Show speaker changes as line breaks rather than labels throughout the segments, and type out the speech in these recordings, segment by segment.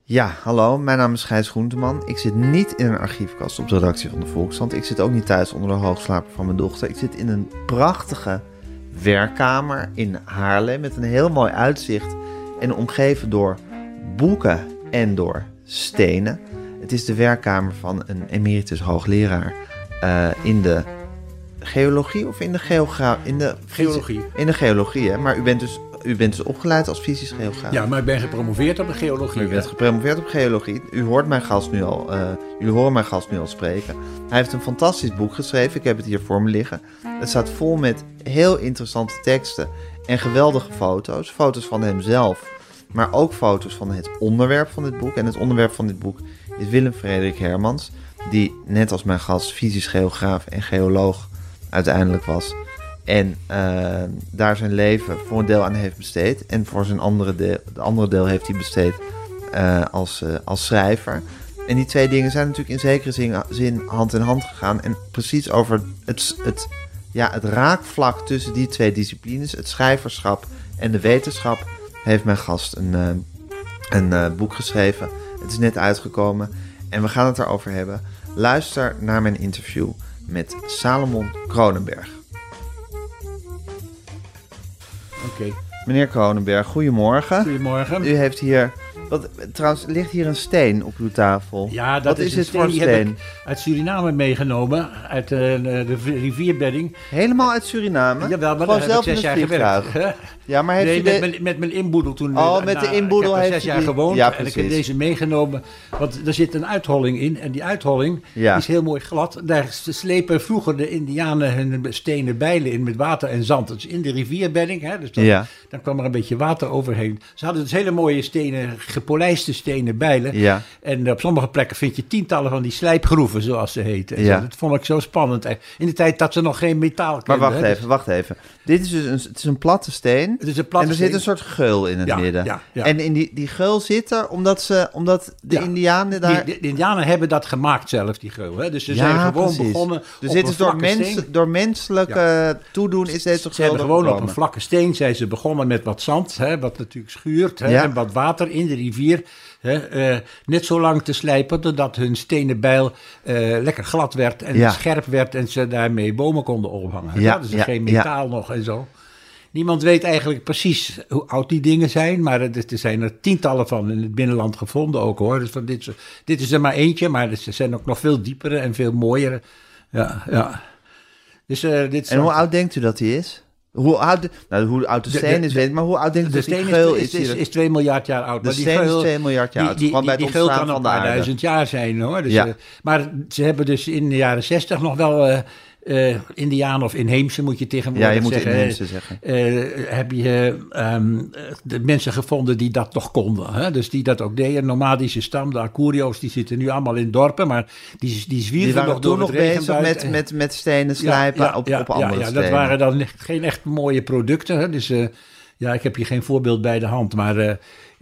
Ja, hallo, mijn naam is Gijs Groenteman. Ik zit niet in een archiefkast op de redactie van de Volkskrant. Ik zit ook niet thuis onder de hoogslaper van mijn dochter. Ik zit in een prachtige werkkamer in Haarlem met een heel mooi uitzicht en omgeven door boeken en door stenen. Het is de werkkamer van een emeritus hoogleraar in de geologie of in de
geologie.
In de geologie, hè? Maar u bent dus opgeleid als fysisch geograaf.
Ja, maar ik ben gepromoveerd op de geologie.
U bent gepromoveerd op geologie. Jullie horen mijn gast nu al spreken. Hij heeft een fantastisch boek geschreven. Ik heb het hier voor me liggen. Het staat vol met heel interessante teksten en geweldige foto's. Foto's van hemzelf, maar ook foto's van het onderwerp van dit boek. En het onderwerp van dit boek is Willem Frederik Hermans, die net als mijn gast fysisch geograaf en geoloog uiteindelijk was. En daar zijn leven voor een deel aan heeft besteed. En voor zijn de andere deel heeft hij besteed als schrijver. En die twee dingen zijn natuurlijk in zekere zin hand in hand gegaan. En precies over het raakvlak tussen die twee disciplines, het schrijverschap en de wetenschap, heeft mijn gast een boek geschreven. Het is net uitgekomen en we gaan het erover hebben. Luister naar mijn interview met Salomon Kronenberg.
Oké.
Meneer Kronenberg, goedemorgen.
Goedemorgen.
U heeft hier... trouwens, ligt hier een steen op uw tafel.
Ja, dat is
dit
een
voor
steen. Die heb ik uit Suriname meegenomen. Uit de rivierbedding.
Helemaal uit Suriname?
Jawel, maar
gewoon
daar
zelf
heb ik 6 jaar gewerkt.
Ja, maar heeft
met mijn inboedel toen.
Met de inboedel
heeft
heeft
6 jaar gewoond.
Ja,
en ik heb deze meegenomen. Want er zit een uitholling in. En die uitholling is heel mooi glad. Daar slepen vroeger de Indianen hun stenen bijlen in met water en zand. Dat is in de rivierbedding. Hè, dus dan kwam er een beetje water overheen. Ze hadden dus hele mooie stenen, gepolijste stenen bijlen. Ja. En op sommige plekken vind je tientallen van die slijpgroeven, zoals ze heten. Ja. Dat vond ik zo spannend. In de tijd dat ze nog geen metaal kenden.
Maar wacht even. Dit is dus het is een platte steen.
Het is een platte
steen. Zit een soort geul in het midden. Ja. En in die geul zit er omdat de Indianen daar...
De Indianen hebben dat gemaakt zelf, die geul. Hè? Dus ze zijn gewoon begonnen
dus dit is door menselijke toedoen is deze geul.
Ze hebben gewoon op een vlakke steen zijn ze begonnen met wat zand, hè, wat natuurlijk schuurt, hè, en wat water in de rivier. Net zo lang te slijpen totdat hun stenen bijl lekker glad werd en scherp werd en ze daarmee bomen konden ophangen. Ja, dus geen metaal nog en zo. Niemand weet eigenlijk precies hoe oud die dingen zijn, maar er zijn er tientallen van in het binnenland gevonden ook, hoor. Dus van dit is er maar eentje, maar er zijn ook nog veel diepere en veel mooiere. Ja. Dus,
en hoe oud denkt u dat die is? Hoe oud de steen is, weet ik, maar hoe oud denkt u dat die geul is?
De steen is 2 miljard jaar oud.
De steen is 2 miljard jaar oud.
Die geul kan een paar duizend jaar zijn, hoor. Dus, maar ze hebben dus in de jaren 60 nog wel... Indianen of inheemse moet je tegenwoordig zeggen.
Ja, je moet inheemse zeggen.
Heb je de mensen gevonden die dat nog konden. Hè? Dus die dat ook deden. Nomadische stam, de Akurio's, die zitten nu allemaal in dorpen. Maar die zwierven nog door het regenbuit.
Met stenen slijpen op andere stenen.
Dat waren dan geen echt mooie producten. Hè? Dus ik heb hier geen voorbeeld bij de hand. Maar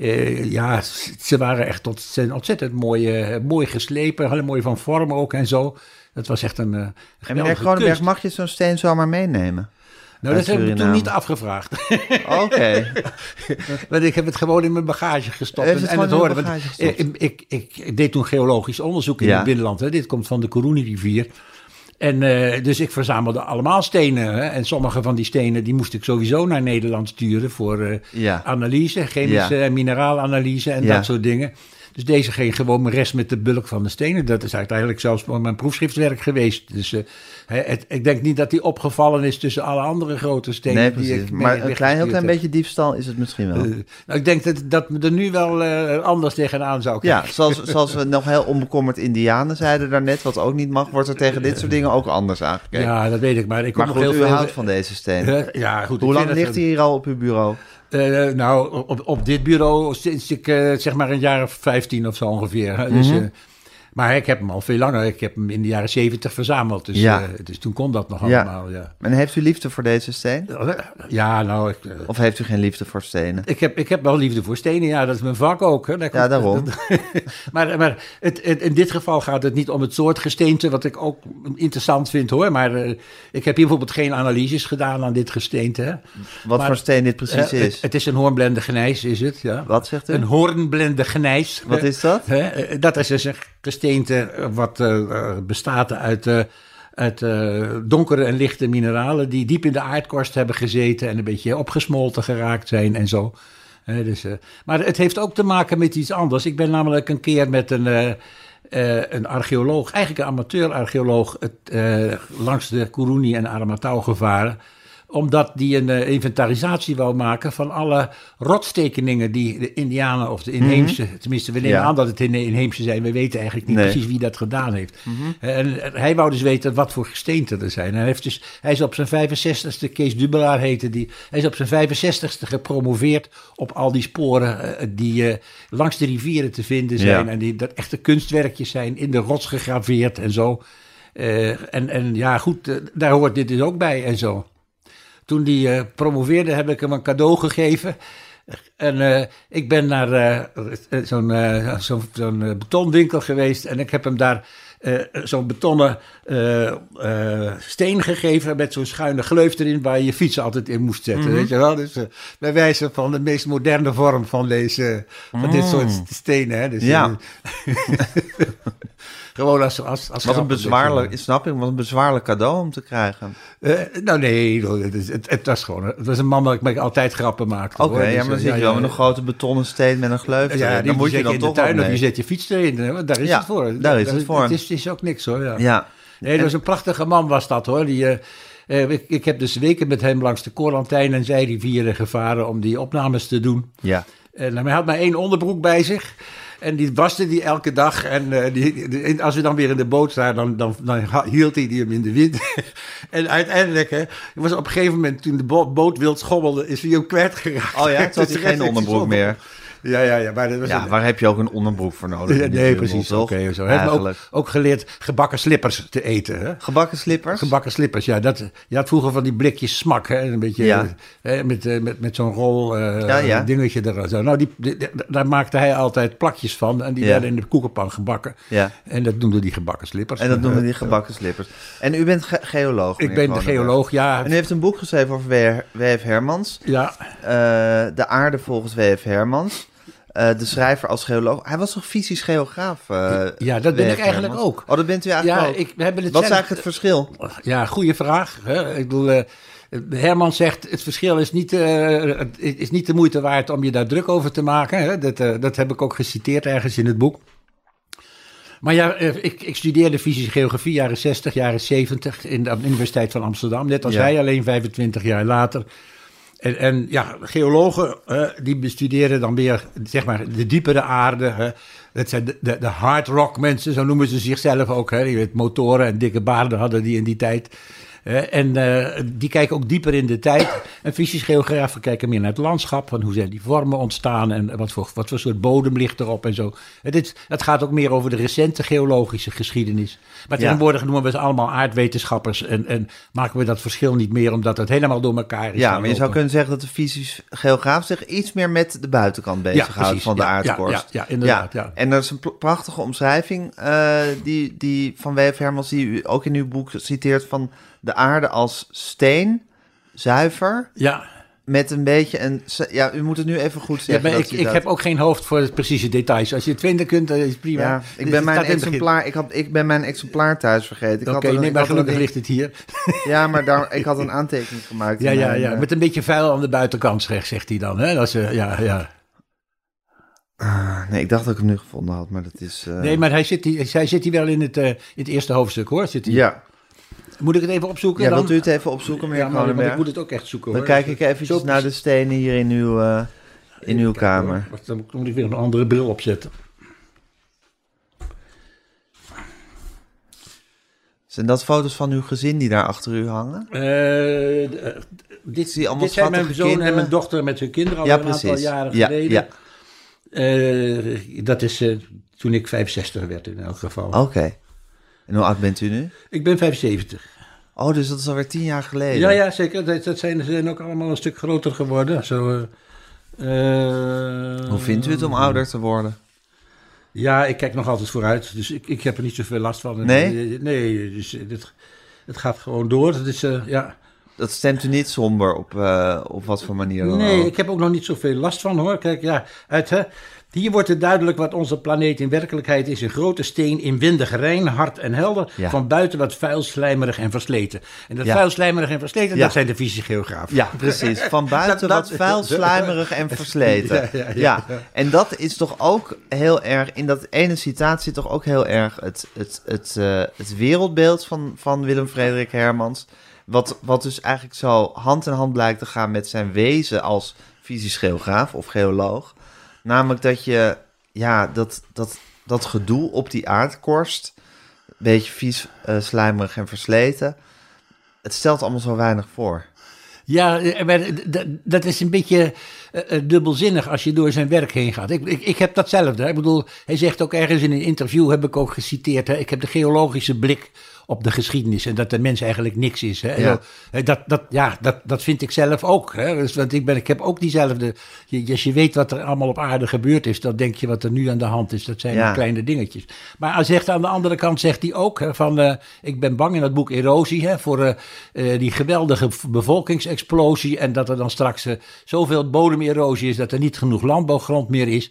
ze waren echt ontzettend mooi geslepen. Heel mooi van vorm ook en zo. Dat was echt een
en meneer Kronenberg, kunst. Mag je zo'n steen zomaar meenemen?
Nou, dat heb ik toen niet afgevraagd.
Oké.
Want ik heb het gewoon in mijn bagage gestopt. Ik deed toen geologisch onderzoek in het binnenland. Hè. Dit komt van de Kuruni-rivier. En dus ik verzamelde allemaal stenen. Hè. En sommige van die stenen die moest ik sowieso naar Nederland sturen voor analyse. Chemische en mineraalanalyse en dat soort dingen. Dus deze ging gewoon mijn rest met de bulk van de stenen. Dat is uiteindelijk zelfs mijn proefschriftwerk geweest. Dus ik denk niet dat die opgevallen is tussen alle andere grote stenen.
Nee, precies. Maar een heel klein beetje diefstal is het misschien wel.
Nou, ik denk dat we er nu wel anders tegenaan zou kijken.
Ja, zoals we nog heel onbekommerd Indianen zeiden daarnet, wat ook niet mag, wordt er tegen dit soort dingen ook anders aangekeken.
Ja, dat weet ik. Maar ik
maar goed, u houdt van deze steen.
Goed.
Hoe lang ligt hij hier al op uw bureau?
Op dit bureau sinds ik zeg maar een jaar of 15 of zo ongeveer. Hè? Dus, Maar ik heb hem al veel langer. Ik heb hem in de jaren 70 verzameld. Dus, dus toen kon dat nog allemaal. Ja.
En heeft u liefde voor deze steen?
Ja, nou...
Of heeft u geen liefde voor stenen?
Ik heb wel liefde voor stenen. Ja, dat is mijn vak ook. Hè.
Ja, daarom.
maar in dit geval gaat het niet om het soort gesteente, wat ik ook interessant vind, hoor. Maar ik heb hier bijvoorbeeld geen analyses gedaan aan dit gesteente. Hè.
Wat voor steen dit precies is?
Het is een hoornblende gnijs, is het. Ja.
Wat zegt u?
Een hoornblende gnijs.
Wat is dat?
Dat is dus een gesteente wat bestaat uit donkere en lichte mineralen die diep in de aardkorst hebben gezeten en een beetje opgesmolten geraakt zijn en zo. Maar het heeft ook te maken met iets anders. Ik ben namelijk een keer met een archeoloog, eigenlijk een amateur-archeoloog, langs de Kuruni en Aramatau gevaren, omdat die een inventarisatie wou maken van alle rotstekeningen die de Indianen of de inheemse, tenminste we nemen aan dat het inheemse zijn, we weten eigenlijk niet precies wie dat gedaan heeft. En hij wou dus weten wat voor gesteenten er zijn. Hij is op zijn 65ste, Kees Dubelaar heette die, hij is op zijn 65ste gepromoveerd op al die sporen die langs de rivieren te vinden zijn en die dat echte kunstwerkjes zijn, in de rots gegraveerd en zo. En ja goed, daar hoort dit dus ook bij en zo. Toen die promoveerde heb ik hem een cadeau gegeven. En ik ben naar zo'n betonwinkel geweest. En ik heb hem daar zo'n betonnen steen gegeven met zo'n schuine gleuf erin waar je je fiets altijd in moest zetten. Weet je wel? Dus bij wijze van de meest moderne vorm van dit soort stenen. Hè? Dus, gewoon als
wat een bezwaarlijk, snap ik, wat een bezwaarlijk cadeau om te krijgen.
Nou nee, het was een man dat ik altijd grappen maakte.
Oké, maar dan zit je wel met een grote betonnen steen met een gleuf erin. Dan moet je dan
in
toch
de tuin of je zet je fiets erin. Daar is het voor.
Daar is het voor.
Het is ook niks hoor. Ja. Nee, dat was een prachtige man was dat hoor. Ik heb dus weken met hem langs de Corlantijn en zijrivieren gevaren om die opnames te doen. Ja. En hij had maar 1 onderbroek bij zich. En die waste die elke dag. En als we dan weer in de boot staan, dan hield hij die hem in de wind. En uiteindelijk, was op een gegeven moment, toen de boot wild schommelde, is hij hem kwijtgeraakt.
Oh ja, toen had hij geen onderbroek meer.
Ja, maar dat was
waar heb je ook een onderbroek voor nodig?
Nee, precies. Oké, zo. Hij heeft me ook geleerd gebakken slippers te eten. Hè?
Gebakken slippers?
Gebakken slippers, ja. Je had vroeger van die blikjes smak, hè? Een beetje met zo'n rol dingetje er. Zo. Nou, daar maakte hij altijd plakjes van en die werden in de koekenpan gebakken. Ja. En dat noemden die gebakken slippers.
En dat noemden die gebakken slippers. En u bent geoloog?
Ik ben de geoloog, ja.
En u heeft een boek geschreven over W.F. Hermans.
Ja.
De aarde volgens W.F. Hermans. De schrijver als geoloog. Hij was toch fysisch geograaf?
Ja, dat ben ik eigenlijk ook.
Oh, dat bent u eigenlijk ook? Wat is eigenlijk het verschil?
Ja, goede vraag. Hè? Ik bedoel, Herman zegt, het verschil is niet de moeite waard om je daar druk over te maken. Hè? Dat heb ik ook geciteerd ergens in het boek. Maar ja, ik studeerde fysische geografie jaren 60, jaren 70 in de Universiteit van Amsterdam. Net als hij, alleen 25 jaar later. En ja, geologen die bestuderen dan weer, zeg maar, de diepere aarde. Dat zijn de hard rock mensen, zo noemen ze zichzelf ook. Die met motoren en dikke baarden hadden die in die tijd. En die kijken ook dieper in de tijd. En fysisch geografen kijken meer naar het landschap. Van hoe zijn die vormen ontstaan en wat voor soort bodem ligt erop en zo. Het gaat ook meer over de recente geologische geschiedenis. Maar tegenwoordig noemen we ze allemaal aardwetenschappers. En maken we dat verschil niet meer omdat het helemaal door elkaar is.
Ja, maar je zou kunnen zeggen dat de fysisch geograaf zich iets meer met de buitenkant bezighoudt van de aardkorst.
Ja, inderdaad. Ja.
En er is een prachtige omschrijving die van W.F. Hermans, die u ook in uw boek citeert, van de aarde als steen, zuiver. Ja. Met een beetje ja, u moet het nu even goed zeggen.
Ja, ik heb ook geen hoofd voor precieze details. Als je het vinden kunt, dat is prima.
Ja, ik ben mijn exemplaar thuis vergeten.
Oké, maar gelukkig ligt het hier.
Ja, maar ik had een aantekening gemaakt.
Ja, met een beetje vuil aan de buitenkant, zegt hij dan. Hè? Dat is,
nee, ik dacht dat ik hem nu gevonden had, maar dat is...
Nee, maar hij zit hier wel in het eerste hoofdstuk, hoor. Zit hij.
Ja.
Moet ik het even opzoeken?
Ja,
dan?
wilt u het even opzoeken, meneer Kronenberg?
Maar ik moet het ook echt zoeken, hoor.
Dan kijk ik eventjes naar de stenen hier in uw kamer.
Dan moet ik weer een andere bril opzetten.
Zijn dat foto's van uw gezin die daar achter u hangen?
Dit zijn mijn zoon en mijn dochter met hun kinderen al een aantal jaren geleden. Ja. Dat is toen ik 65 werd in elk geval.
Oké. En hoe oud bent u nu?
Ik ben 75.
Oh, dus dat is alweer 10 jaar geleden.
Ja, zeker. Dat zijn ook allemaal een stuk groter geworden.
Hoe vindt u het om ouder te worden?
Ja, ik kijk nog altijd vooruit. Dus ik heb er niet zoveel last van.
Nee?
Nee, dus het gaat gewoon door. Dus, ja.
Dat stemt u niet somber op wat voor manier dan
Nee,
ook?
ik heb ook nog niet zoveel last van, hoor. Kijk, ja, hier wordt het duidelijk wat onze planeet in werkelijkheid is. Een grote steen, inwendig rein, hard en helder.
Ja.
Van buiten wat vuil, slijmerig en versleten. En dat vuil, slijmerig en versleten, dat zijn de fysische geografen.
Ja, precies. Van buiten wat vuil, slijmerig en versleten. Ja. En dat is toch ook heel erg, in dat ene citaat zit toch ook heel erg het wereldbeeld van Willem Frederik Hermans. Wat dus eigenlijk zo hand in hand blijkt te gaan met zijn wezen als fysisch geograaf of geoloog. Namelijk dat je, dat gedoe op die aardkorst, een beetje vies, slijmerig en versleten, het stelt allemaal zo weinig voor.
Ja, maar dat is een beetje dubbelzinnig als je door zijn werk heen gaat. Ik heb datzelfde. Hè. Ik bedoel, hij zegt ook ergens in een interview, heb ik ook geciteerd, hè, ik heb de geologische blik op de geschiedenis en dat de mens eigenlijk niks is. Hè. Ja. Dat vind ik zelf ook. Hè. Dus, want ik heb ook diezelfde. Als je weet wat er allemaal op aarde gebeurd is, dan denk je wat er nu aan de hand is. Dat zijn kleine dingetjes. Maar hij zegt aan de andere kant, zegt hij ook, hè, van ik ben bang in dat boek Erosie, hè, voor die geweldige bevolkingsexplosie en dat er dan straks zoveel bodemerosie is dat er niet genoeg landbouwgrond meer is.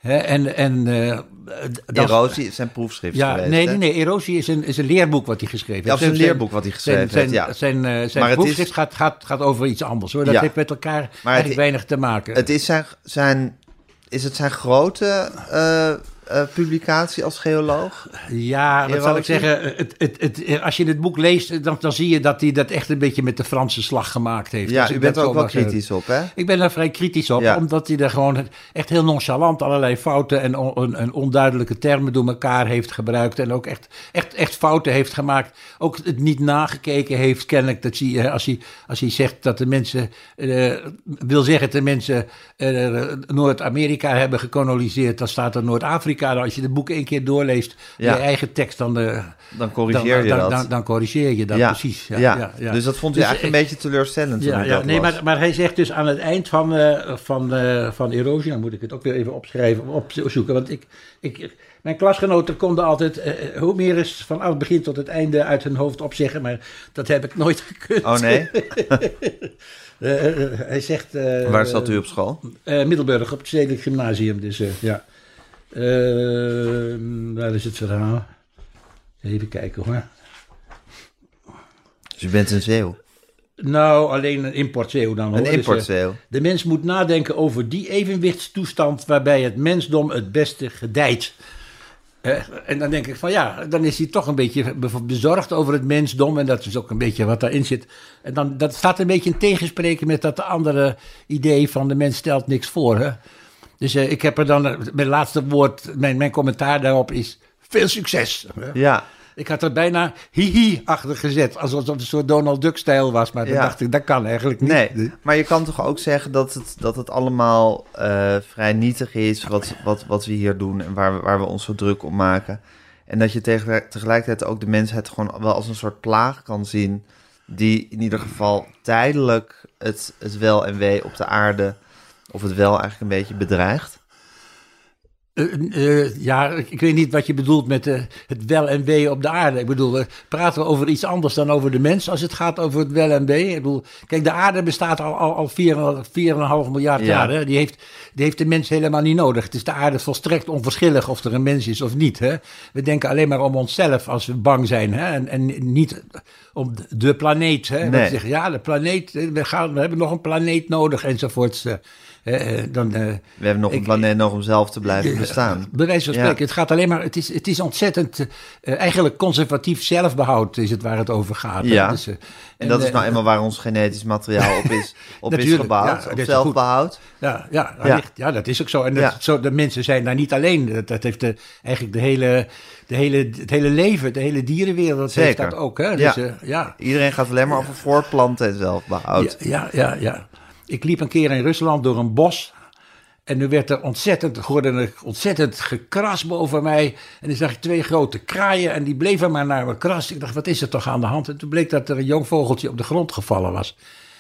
Erosie is zijn proefschrift geweest.
Nee. Erosie is een leerboek wat hij geschreven heeft.
Ja, een leerboek wat hij geschreven heeft,
Zijn proefschrift gaat over iets anders, hoor. Dat heeft met elkaar eigenlijk weinig te maken.
Het is zijn grote publicatie als geoloog?
Ja, wat zal ik zeggen? Als je het boek leest, dan zie je dat hij dat echt een beetje met de Franse slag gemaakt heeft.
Ja,
dus
u bent er ook wel kritisch op, hè?
Ik ben daar vrij kritisch op, omdat hij er gewoon echt heel nonchalant allerlei fouten en onduidelijke termen door elkaar heeft gebruikt. En ook echt fouten heeft gemaakt. Ook het niet nagekeken heeft, kennelijk. Dat zie je, als hij zegt dat de mensen, wil zeggen dat de mensen Noord-Amerika hebben gekoloniseerd, dan staat er Noord-Afrika. Als je het boek 1 keer doorleest, je eigen tekst, dan corrigeer je dat. Dan corrigeer je dat, precies. Ja.
Dus dat vond u eigenlijk een beetje teleurstellend.
Maar hij zegt dus aan het eind van Erosie, dan moet ik het ook weer even opzoeken, want mijn klasgenoten konden altijd Homerus vanaf het begin tot het einde uit hun hoofd opzeggen, maar dat heb ik nooit gekund.
Oh nee?
Hij zegt...
Waar zat u op school?
Middelburg, op het Stedelijk Gymnasium, dus ja. Waar is het verhaal? Even kijken, hoor.
Dus u bent een Zeeuw?
Nou, alleen een importzeeuw dan, hoor.
Een importzeeuw.
Dus, de mens moet nadenken over die evenwichtstoestand waarbij het mensdom het beste gedijt. En dan denk ik van dan is hij toch een beetje bezorgd over het mensdom. En dat is ook een beetje wat daarin zit. En dan, dat staat een beetje in tegenspreken met dat andere idee van de mens stelt niks voor. Hè? Dus ik heb er dan, mijn laatste woord, mijn commentaar daarop is veel succes.
Ja.
Ik had er bijna hihi achter gezet, alsof het een soort Donald Duck-stijl was. Maar dan dacht ik, dat kan eigenlijk niet.
Nee, maar je kan toch ook zeggen dat het allemaal vrij nietig is wat we hier doen en waar we ons zo druk om maken. En dat je tegelijkertijd ook de mensheid gewoon wel als een soort plaag kan zien, die in ieder geval tijdelijk het wel en wee op de aarde, of het wel eigenlijk een beetje bedreigt.
Ik weet niet wat je bedoelt met het wel en wee op de aarde. Ik bedoel, praten we over iets anders dan over de mens als het gaat over het wel en wee. Ik bedoel, kijk, de aarde bestaat al 4,5 miljard jaar. Hè? Die heeft de mens helemaal niet nodig. Het is de aarde volstrekt onverschillig of er een mens is of niet. Hè? We denken alleen maar om onszelf als we bang zijn. Hè? En niet om de planeet. Hè?
Nee.
We zeggen, de planeet, we hebben nog een planeet nodig enzovoorts. We
hebben nog een planeet nog om zelf te blijven bestaan.
Bij wijze van spreken, het gaat alleen maar, het is ontzettend, eigenlijk conservatief zelfbehoud is het waar het over gaat.
Ja,
dus,
en dat is nou eenmaal waar ons genetisch materiaal op is gebouwd, op zelfbehoud.
Ja, dat is ook zo. En de mensen zijn daar niet alleen. Dat heeft eigenlijk het hele leven, de hele dierenwereld heeft dat ook. Hè? Dus,
iedereen gaat alleen maar over voortplanten en zelfbehoud.
Ja. Ik liep een keer in Rusland door een bos. En nu werd er ontzettend gekras boven mij. En dan zag ik 2 grote kraaien en die bleven maar naar me krassen. Ik dacht, wat is er toch aan de hand? En toen bleek dat er een jong vogeltje op de grond gevallen was.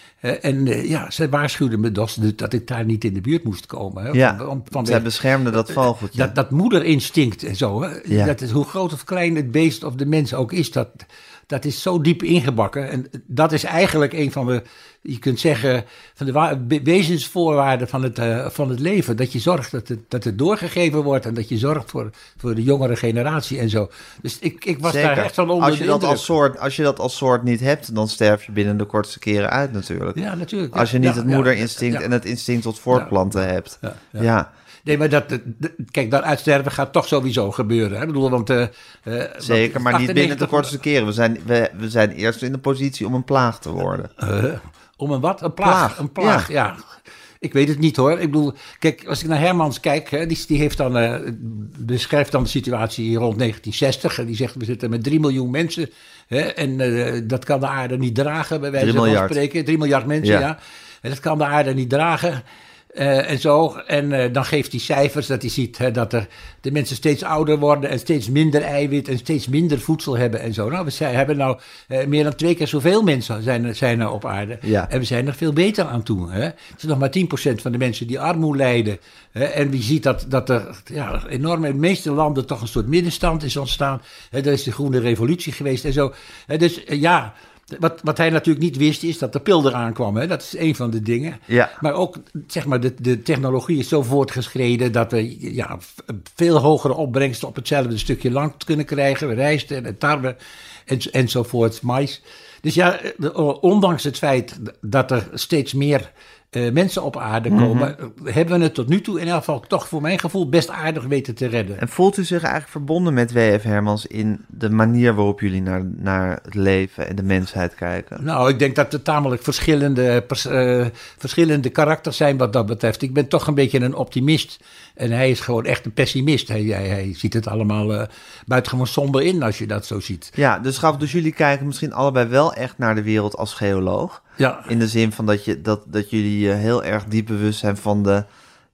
Zij waarschuwden me dat ik daar niet in de buurt moest komen. Hè.
Ja, zij beschermden dat vogeltje.
Dat moederinstinct en zo. Hè.
Ja.
Dat is, hoe groot of klein het beest of de mens ook is, dat is zo diep ingebakken. En dat is eigenlijk een van de, je kunt zeggen, van de wezensvoorwaarden van het leven. Dat je zorgt dat het doorgegeven wordt en dat je zorgt voor de jongere generatie en zo. Dus ik was
Zeker.
daar echt van onder de indruk.
Als je dat als soort niet hebt, dan sterf je binnen de kortste keren uit natuurlijk.
Ja, natuurlijk.
Als je niet het moederinstinct en het instinct tot voortplanten hebt. Ja.
Nee, maar kijk, dat uitsterven gaat toch sowieso gebeuren. Hè? Ik bedoel, want,
zeker, maar niet binnen de kortste keren. We zijn eerst in de positie om een plaag te worden.
Om een wat? Een plaag. Een plaag, ja. Ik weet het niet hoor. Ik bedoel, kijk, als ik naar Hermans kijk, hè, die heeft dan, beschrijft dan de situatie rond 1960. En die zegt, we zitten met 3 miljoen mensen. Hè, en dat kan de aarde niet dragen, bij wijze van spreken. 3 miljard mensen, ja. En dat kan de aarde niet dragen. En zo. En dan geeft hij cijfers dat hij ziet dat de mensen steeds ouder worden en steeds minder eiwit en steeds minder voedsel hebben en zo. Nou, we hebben meer dan 2 keer zoveel mensen zijn er op aarde. Ja. En we zijn er veel beter aan toe. Hè. Het is nog maar 10% van de mensen die armoede lijden. Hè. En wie ziet dat er enorm in de meeste landen toch een soort middenstand is ontstaan. Hè, er is de groene revolutie geweest en zo. Dus ja... Wat hij natuurlijk niet wist is dat de pil eraan kwam. Hè? Dat is een van de dingen. Ja. Maar ook, zeg maar, de technologie is zo voortgeschreden dat we veel hogere opbrengsten op hetzelfde stukje land kunnen krijgen. Rijst en tarwe enzovoort, mais. Dus ja, ondanks het feit dat er steeds meer mensen op aarde komen, hebben we het tot nu toe in elk geval toch voor mijn gevoel best aardig weten te redden.
En voelt u zich eigenlijk verbonden met W.F. Hermans in de manier waarop jullie naar het leven en de mensheid kijken?
Nou, ik denk dat er tamelijk verschillende karakters zijn wat dat betreft. Ik ben toch een beetje een optimist en hij is gewoon echt een pessimist. Hij ziet het allemaal buitengewoon somber in als je dat zo ziet.
Ja, dus jullie kijken misschien allebei wel echt naar de wereld als geoloog. Ja. In de zin van dat jullie heel erg diep bewust zijn van de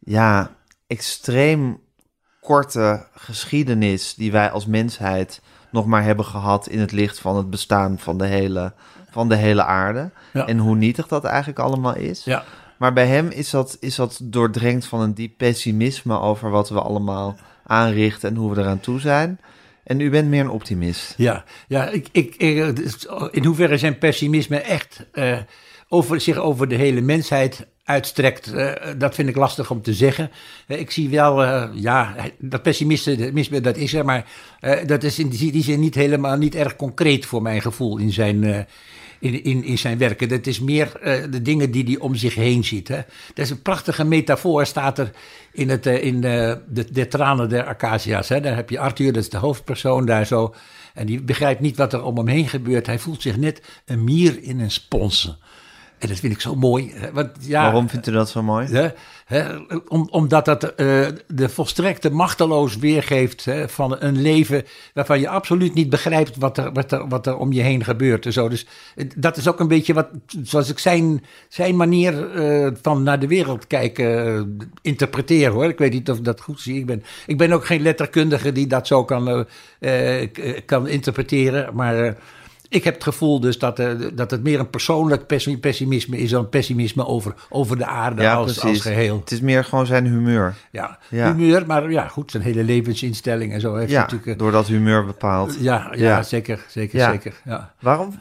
extreem korte geschiedenis die wij als mensheid nog maar hebben gehad in het licht van het bestaan van de hele aarde. Ja. En hoe nietig dat eigenlijk allemaal is. Ja. Maar bij hem is dat doordrenkt van een diep pessimisme over wat we allemaal aanrichten en hoe we eraan toe zijn. En u bent meer een optimist.
Ja, in hoeverre zijn pessimisme echt zich over de hele mensheid uitstrekt, dat vind ik lastig om te zeggen. Ik zie wel, dat pessimisme, dat is er, maar dat is in die zin niet erg concreet voor mijn gevoel in zijn werken. Dat is meer de dingen die hij om zich heen ziet. Hè. Dat is een prachtige metafoor, staat er in de tranen der acacia's. Hè. Daar heb je Arthur, dat is de hoofdpersoon daar zo. En die begrijpt niet wat er om hem heen gebeurt. Hij voelt zich net een mier in een spons. En dat vind ik zo mooi. Want,
waarom vindt u dat zo mooi?
Omdat dat de volstrekte machteloos weergeeft van een leven waarvan je absoluut niet begrijpt wat er om je heen gebeurt. En zo. Dus dat is ook een beetje zoals ik zijn manier van naar de wereld kijken interpreteer, hoor. Ik weet niet of ik dat goed zie. Ik ben ook geen letterkundige die dat zo kan interpreteren, maar... Ik heb het gevoel dus dat het meer een persoonlijk pessimisme is dan pessimisme over de aarde als geheel.
Het is meer gewoon zijn humeur.
Ja, humeur, maar goed, zijn hele levensinstelling en zo heeft natuurlijk...
door dat humeur bepaald.
Ja, zeker. Ja.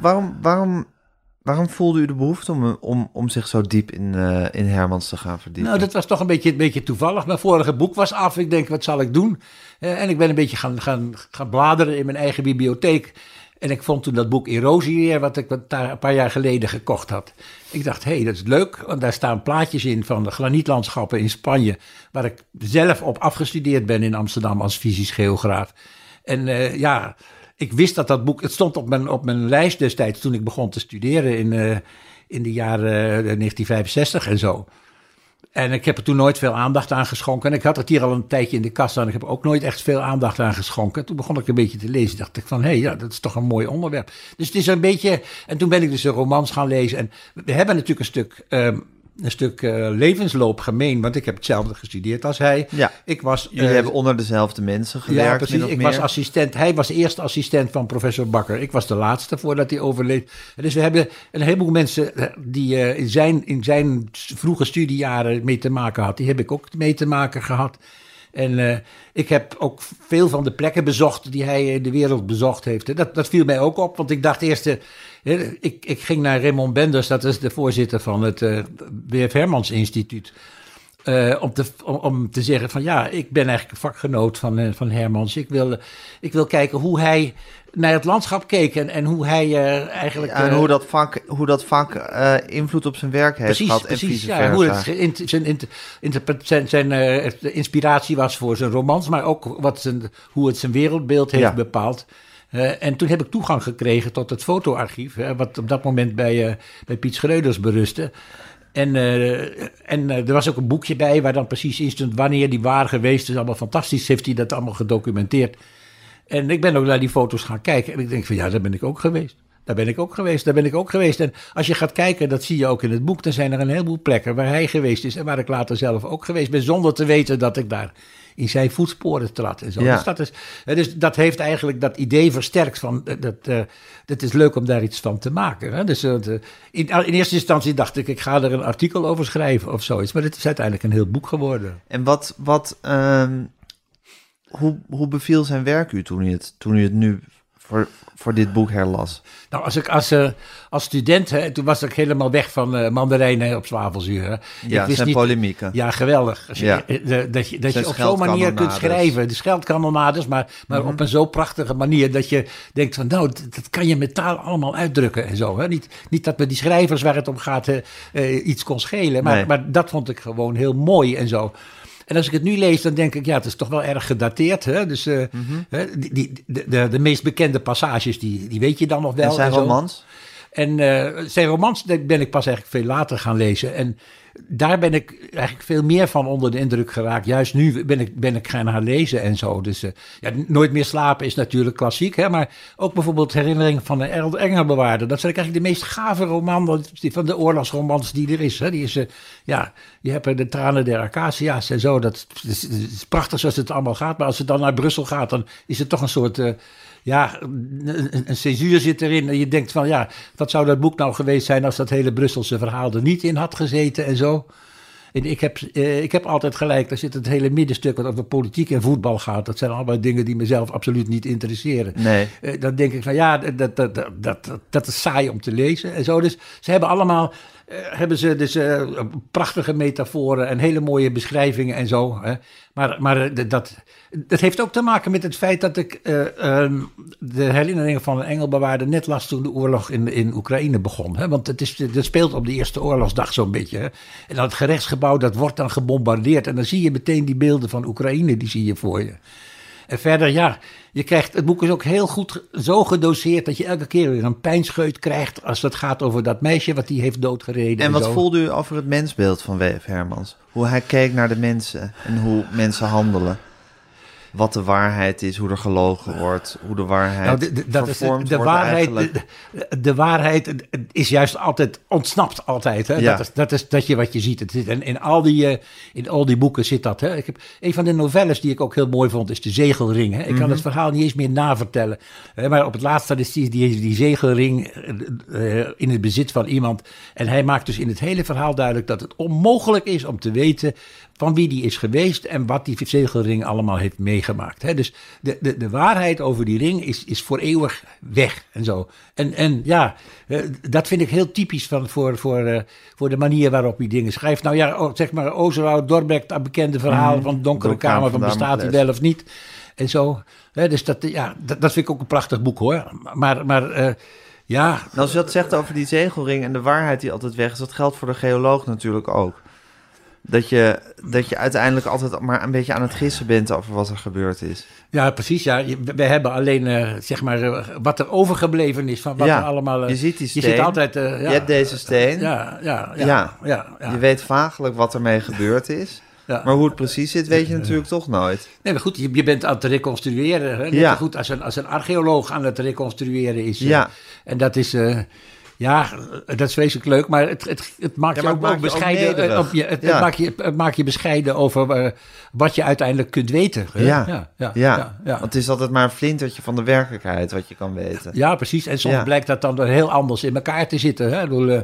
Waarom voelde u de behoefte om zich zo diep in Hermans te gaan verdiepen?
Nou, dat was toch een beetje toevallig. Mijn vorige boek was af. Ik denk, wat zal ik doen? En ik ben een beetje gaan bladeren in mijn eigen bibliotheek. En ik vond toen dat boek Erosie weer, wat ik een paar jaar geleden gekocht had. Ik dacht, dat is leuk, want daar staan plaatjes in van de granietlandschappen in Spanje, waar ik zelf op afgestudeerd ben in Amsterdam als fysisch geograaf. En ik wist dat boek, het stond op mijn lijst destijds toen ik begon te studeren in de jaren 1965 en zo. En ik heb er toen nooit veel aandacht aan geschonken. En ik had het hier al een tijdje in de kast staan. Ik heb ook nooit echt veel aandacht aan geschonken. Toen begon ik een beetje te lezen. Dacht ik van, dat is toch een mooi onderwerp. Dus het is een beetje... En toen ben ik dus de romans gaan lezen. En we hebben natuurlijk een stuk levensloop gemeen, want ik heb hetzelfde gestudeerd als hij.
Ja. Jullie hebben onder dezelfde mensen gewerkt.
Ja, precies. Ik was assistent. Hij was eerste assistent van professor Bakker. Ik was de laatste voordat hij overleed. Dus we hebben een heleboel mensen die in zijn vroege studiejaren mee te maken had. Die heb ik ook mee te maken gehad. En ik heb ook veel van de plekken bezocht die hij in de wereld bezocht heeft. Dat viel mij ook op, want ik dacht eerst... Ik ging naar Raymond Benders, dat is de voorzitter van het W.F. Hermans Instituut. Om te zeggen van ja, ik ben eigenlijk een vakgenoot van Hermans. Ik wil kijken hoe hij naar het landschap keek en hoe hij eigenlijk...
en hoe dat vak invloed op zijn werk heeft gehad en vice versa.
Ja, hoe zijn inspiratie was voor zijn romans, maar ook hoe het zijn wereldbeeld heeft bepaald. En toen heb ik toegang gekregen tot het fotoarchief, wat op dat moment bij Piet Schreuders berustte. En er was ook een boekje bij waar dan precies in stond wanneer die waren geweest. Dus allemaal fantastisch, heeft hij dat allemaal gedocumenteerd. En ik ben ook naar die foto's gaan kijken en ik denk van ja, daar ben ik ook geweest. Daar ben ik ook geweest. En als je gaat kijken, dat zie je ook in het boek, dan zijn er een heleboel plekken waar hij geweest is en waar ik later zelf ook geweest ben, zonder te weten dat ik daar in zijn voetsporen trad en zo.
Ja.
Dus dat heeft eigenlijk dat idee versterkt van, dat is leuk om daar iets van te maken. Hè? Dus in eerste instantie dacht ik ga er een artikel over schrijven of zoiets, maar het is uiteindelijk een heel boek geworden.
En hoe beviel zijn werk u toen u het nu voor dit boek herlas?
Nou, als student, toen was ik helemaal weg van mandarijnen op zwavelzuur.
Ja, zijn polemieken.
Ja, geweldig. Dat je op zo'n manier kunt schrijven. De scheldkanonades, maar op een zo prachtige manier dat je denkt van nou, dat kan je met taal allemaal uitdrukken en zo. Hè? Niet dat met die schrijvers waar het om gaat iets kon schelen, maar dat vond ik gewoon heel mooi en zo. En als ik het nu lees, dan denk ik, ja, het is toch wel erg gedateerd. Hè? Dus de meest bekende passages, die weet je dan nog wel.
En zijn romans?
En zijn romans ben ik pas eigenlijk veel later gaan lezen. En daar ben ik eigenlijk veel meer van onder de indruk geraakt. Juist nu ben ik gaan lezen en zo. Dus Nooit meer slapen is natuurlijk klassiek. Hè? Maar ook bijvoorbeeld Herinnering van een Engelbewaarder. Dat is eigenlijk de meest gave roman van de oorlogsromans die er is. Hè? Die is, je hebt de Tranen der Acacia's en zo. Dat is prachtig zoals het allemaal gaat. Maar als het dan naar Brussel gaat, dan is het toch een soort... een censuur zit erin en je denkt van ja, wat zou dat boek nou geweest zijn als dat hele Brusselse verhaal er niet in had gezeten en zo. En ik heb altijd gelijk, daar zit het hele middenstuk wat over politiek en voetbal gaat. Dat zijn allemaal dingen die mezelf absoluut niet interesseren.
Nee.
Dan denk ik van ja, dat is saai om te lezen en zo. Dus ze hebben allemaal... hebben ze dus prachtige metaforen en hele mooie beschrijvingen en zo. Hè. Maar dat heeft ook te maken met het feit dat ik de Herinneringen van een Engelbewaarder net las toen de oorlog in Oekraïne begon. Hè. Want dat speelt op de eerste oorlogsdag zo'n beetje. Hè. En dat gerechtsgebouw, dat wordt dan gebombardeerd. En dan zie je meteen die beelden van Oekraïne, die zie je voor je. En verder, het boek is ook heel goed zo gedoseerd dat je elke keer weer een pijnscheut krijgt als het gaat over dat meisje wat die heeft doodgereden.
En wat voelde u over het mensbeeld van W.F. Hermans? Hoe hij keek naar de mensen en hoe mensen handelen? Wat de waarheid is, hoe er gelogen wordt, hoe de waarheid vervormd wordt eigenlijk.
De waarheid is juist altijd, ontsnapt altijd. Hè?
Ja.
Dat is wat je ziet. Het zit in al die boeken zit dat. Hè? Een van de novelles die ik ook heel mooi vond is De Zegelring. Hè? Ik kan het verhaal niet eens meer navertellen. Maar op het laatste is die zegelring in het bezit van iemand. En hij maakt dus in het hele verhaal duidelijk dat het onmogelijk is om te weten van wie die is geweest en wat die zegelring allemaal heeft meegemaakt. Hè? Dus de waarheid over die ring is voor eeuwig weg en zo. En dat vind ik heel typisch voor de manier waarop hij dingen schrijft. Nou ja, zeg maar Ozewoud Dordrecht, dat bekende verhaal van de Donkere Kamer, van bestaat hij wel of niet. En zo. Hè? Dus dat vind ik ook een prachtig boek hoor. Maar ja.
Als je dat zegt over die zegelring en de waarheid die altijd weg is, dat geldt voor de geoloog natuurlijk ook. Dat je uiteindelijk altijd maar een beetje aan het gissen bent over wat er gebeurd is.
Ja, precies. Ja. We hebben alleen, wat er overgebleven is van wat er allemaal...
Je ziet die steen.
Je ziet altijd...
Je hebt deze steen.
Ja.
Je weet vaaglijk wat ermee gebeurd is. Ja. Maar hoe het precies zit, weet je natuurlijk toch nooit.
Nee, maar goed, je bent aan het reconstrueren. Hè? Net zo goed als een archeoloog aan het reconstrueren is.
Ja.
En dat is... Ja, dat is vreselijk leuk, maar het maakt je ook bescheiden. Het maakt je bescheiden over wat je uiteindelijk kunt weten.
Ja. Want het is altijd maar een flintertje van de werkelijkheid wat je kan weten.
Ja, precies. En soms blijkt dat dan heel anders in elkaar te zitten. Hè? Ik bedoel,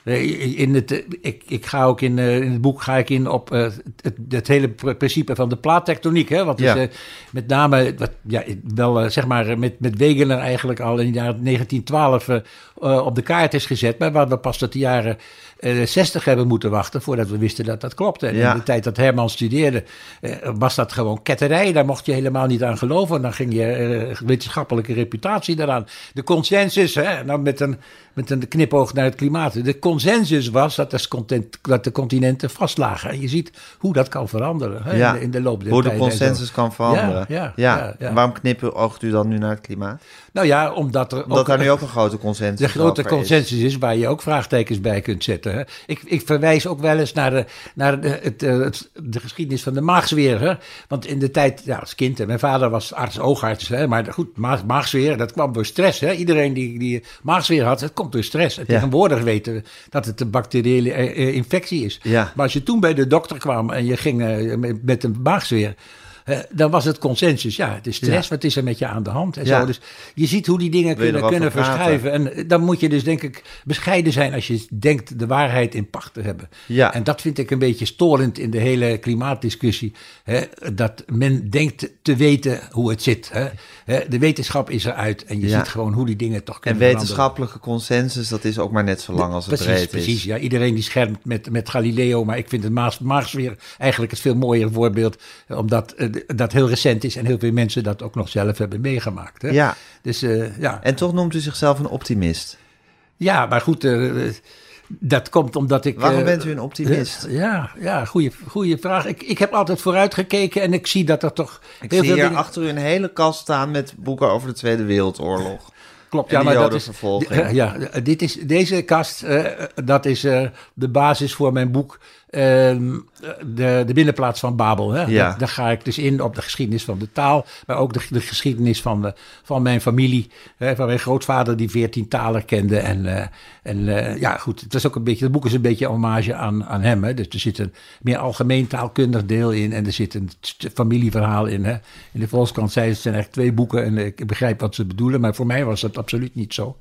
ik ga ook in het boek in op het hele principe van de plaattectoniek. Hè? Wat is met name, zeg maar, met Wegener eigenlijk al in het jaar 1912 op de kaart is gezet. Maar waar we pas tot de jaren 60 hebben moeten wachten voordat we wisten dat dat klopte. En in de tijd dat Herman studeerde was dat gewoon ketterij. Daar mocht je helemaal niet aan geloven. Dan ging je wetenschappelijke reputatie eraan. De consensus, nou met een knipoog naar het klimaat. De consensus was dat de continenten vastlagen. En je ziet hoe dat kan veranderen in de loop der tijd.
Hoe de consensus kan veranderen. Ja. Waarom knipoogt u dan nu naar het klimaat?
Nou ja, omdat
daar nu ook een grote consensus
is. De grote consensus is waar je ook vraagtekens bij kunt zetten. Hè. Ik verwijs ook wel eens naar de geschiedenis van de maagzweer. Hè. Want in de tijd, als kind, mijn vader was oogarts. Hè, maar goed, maagzweer, dat kwam door stress. Hè. Iedereen die maagzweer had, het komt door stress. En tegenwoordig weten we dat het een bacteriële infectie is. Ja. Maar als je toen bij de dokter kwam en je ging met een maagzweer, dan was het consensus. Ja, het is stress, wat is er met je aan de hand? En zo. Dus je ziet hoe die dingen kunnen verschuiven. En dan moet je dus, denk ik, bescheiden zijn als je denkt de waarheid in pacht te hebben. Ja. En dat vind ik een beetje storend in de hele klimaatdiscussie. Dat men denkt te weten hoe het zit. De wetenschap is eruit en je ziet gewoon hoe die dingen toch kunnen veranderen.
En wetenschappelijke consensus, dat is ook maar net zo lang als het breed is.
Precies, ja. Iedereen die schermt met Galileo, maar ik vind het maagzweer eigenlijk het veel mooier voorbeeld, omdat dat heel recent is en heel veel mensen dat ook nog zelf hebben meegemaakt. Hè?
Ja.
Dus,
En toch noemt u zichzelf een optimist.
Ja, maar goed, dat komt omdat ik...
Waarom bent u een optimist?
Goede vraag. Ik heb altijd vooruitgekeken en ik zie dat er toch...
Ik zie hier achter u een hele kast staan met boeken over de Tweede Wereldoorlog.
Klopt, ja, maar dat is... Deze kast, dat is de basis voor mijn boek de binnenplaats van Babel. Hè? Ja. Daar ga ik dus in op de geschiedenis van de taal, maar ook de geschiedenis van mijn familie. Van mijn grootvader die 14 talen kende. Goed, het is ook een beetje, het boek is een beetje een hommage aan hem. Hè? Dus er zit een meer algemeen taalkundig deel in en er zit een familieverhaal in. Hè? In de Volkskrant zei het zijn echt 2 boeken en ik begrijp wat ze bedoelen, maar voor mij was dat absoluut niet zo.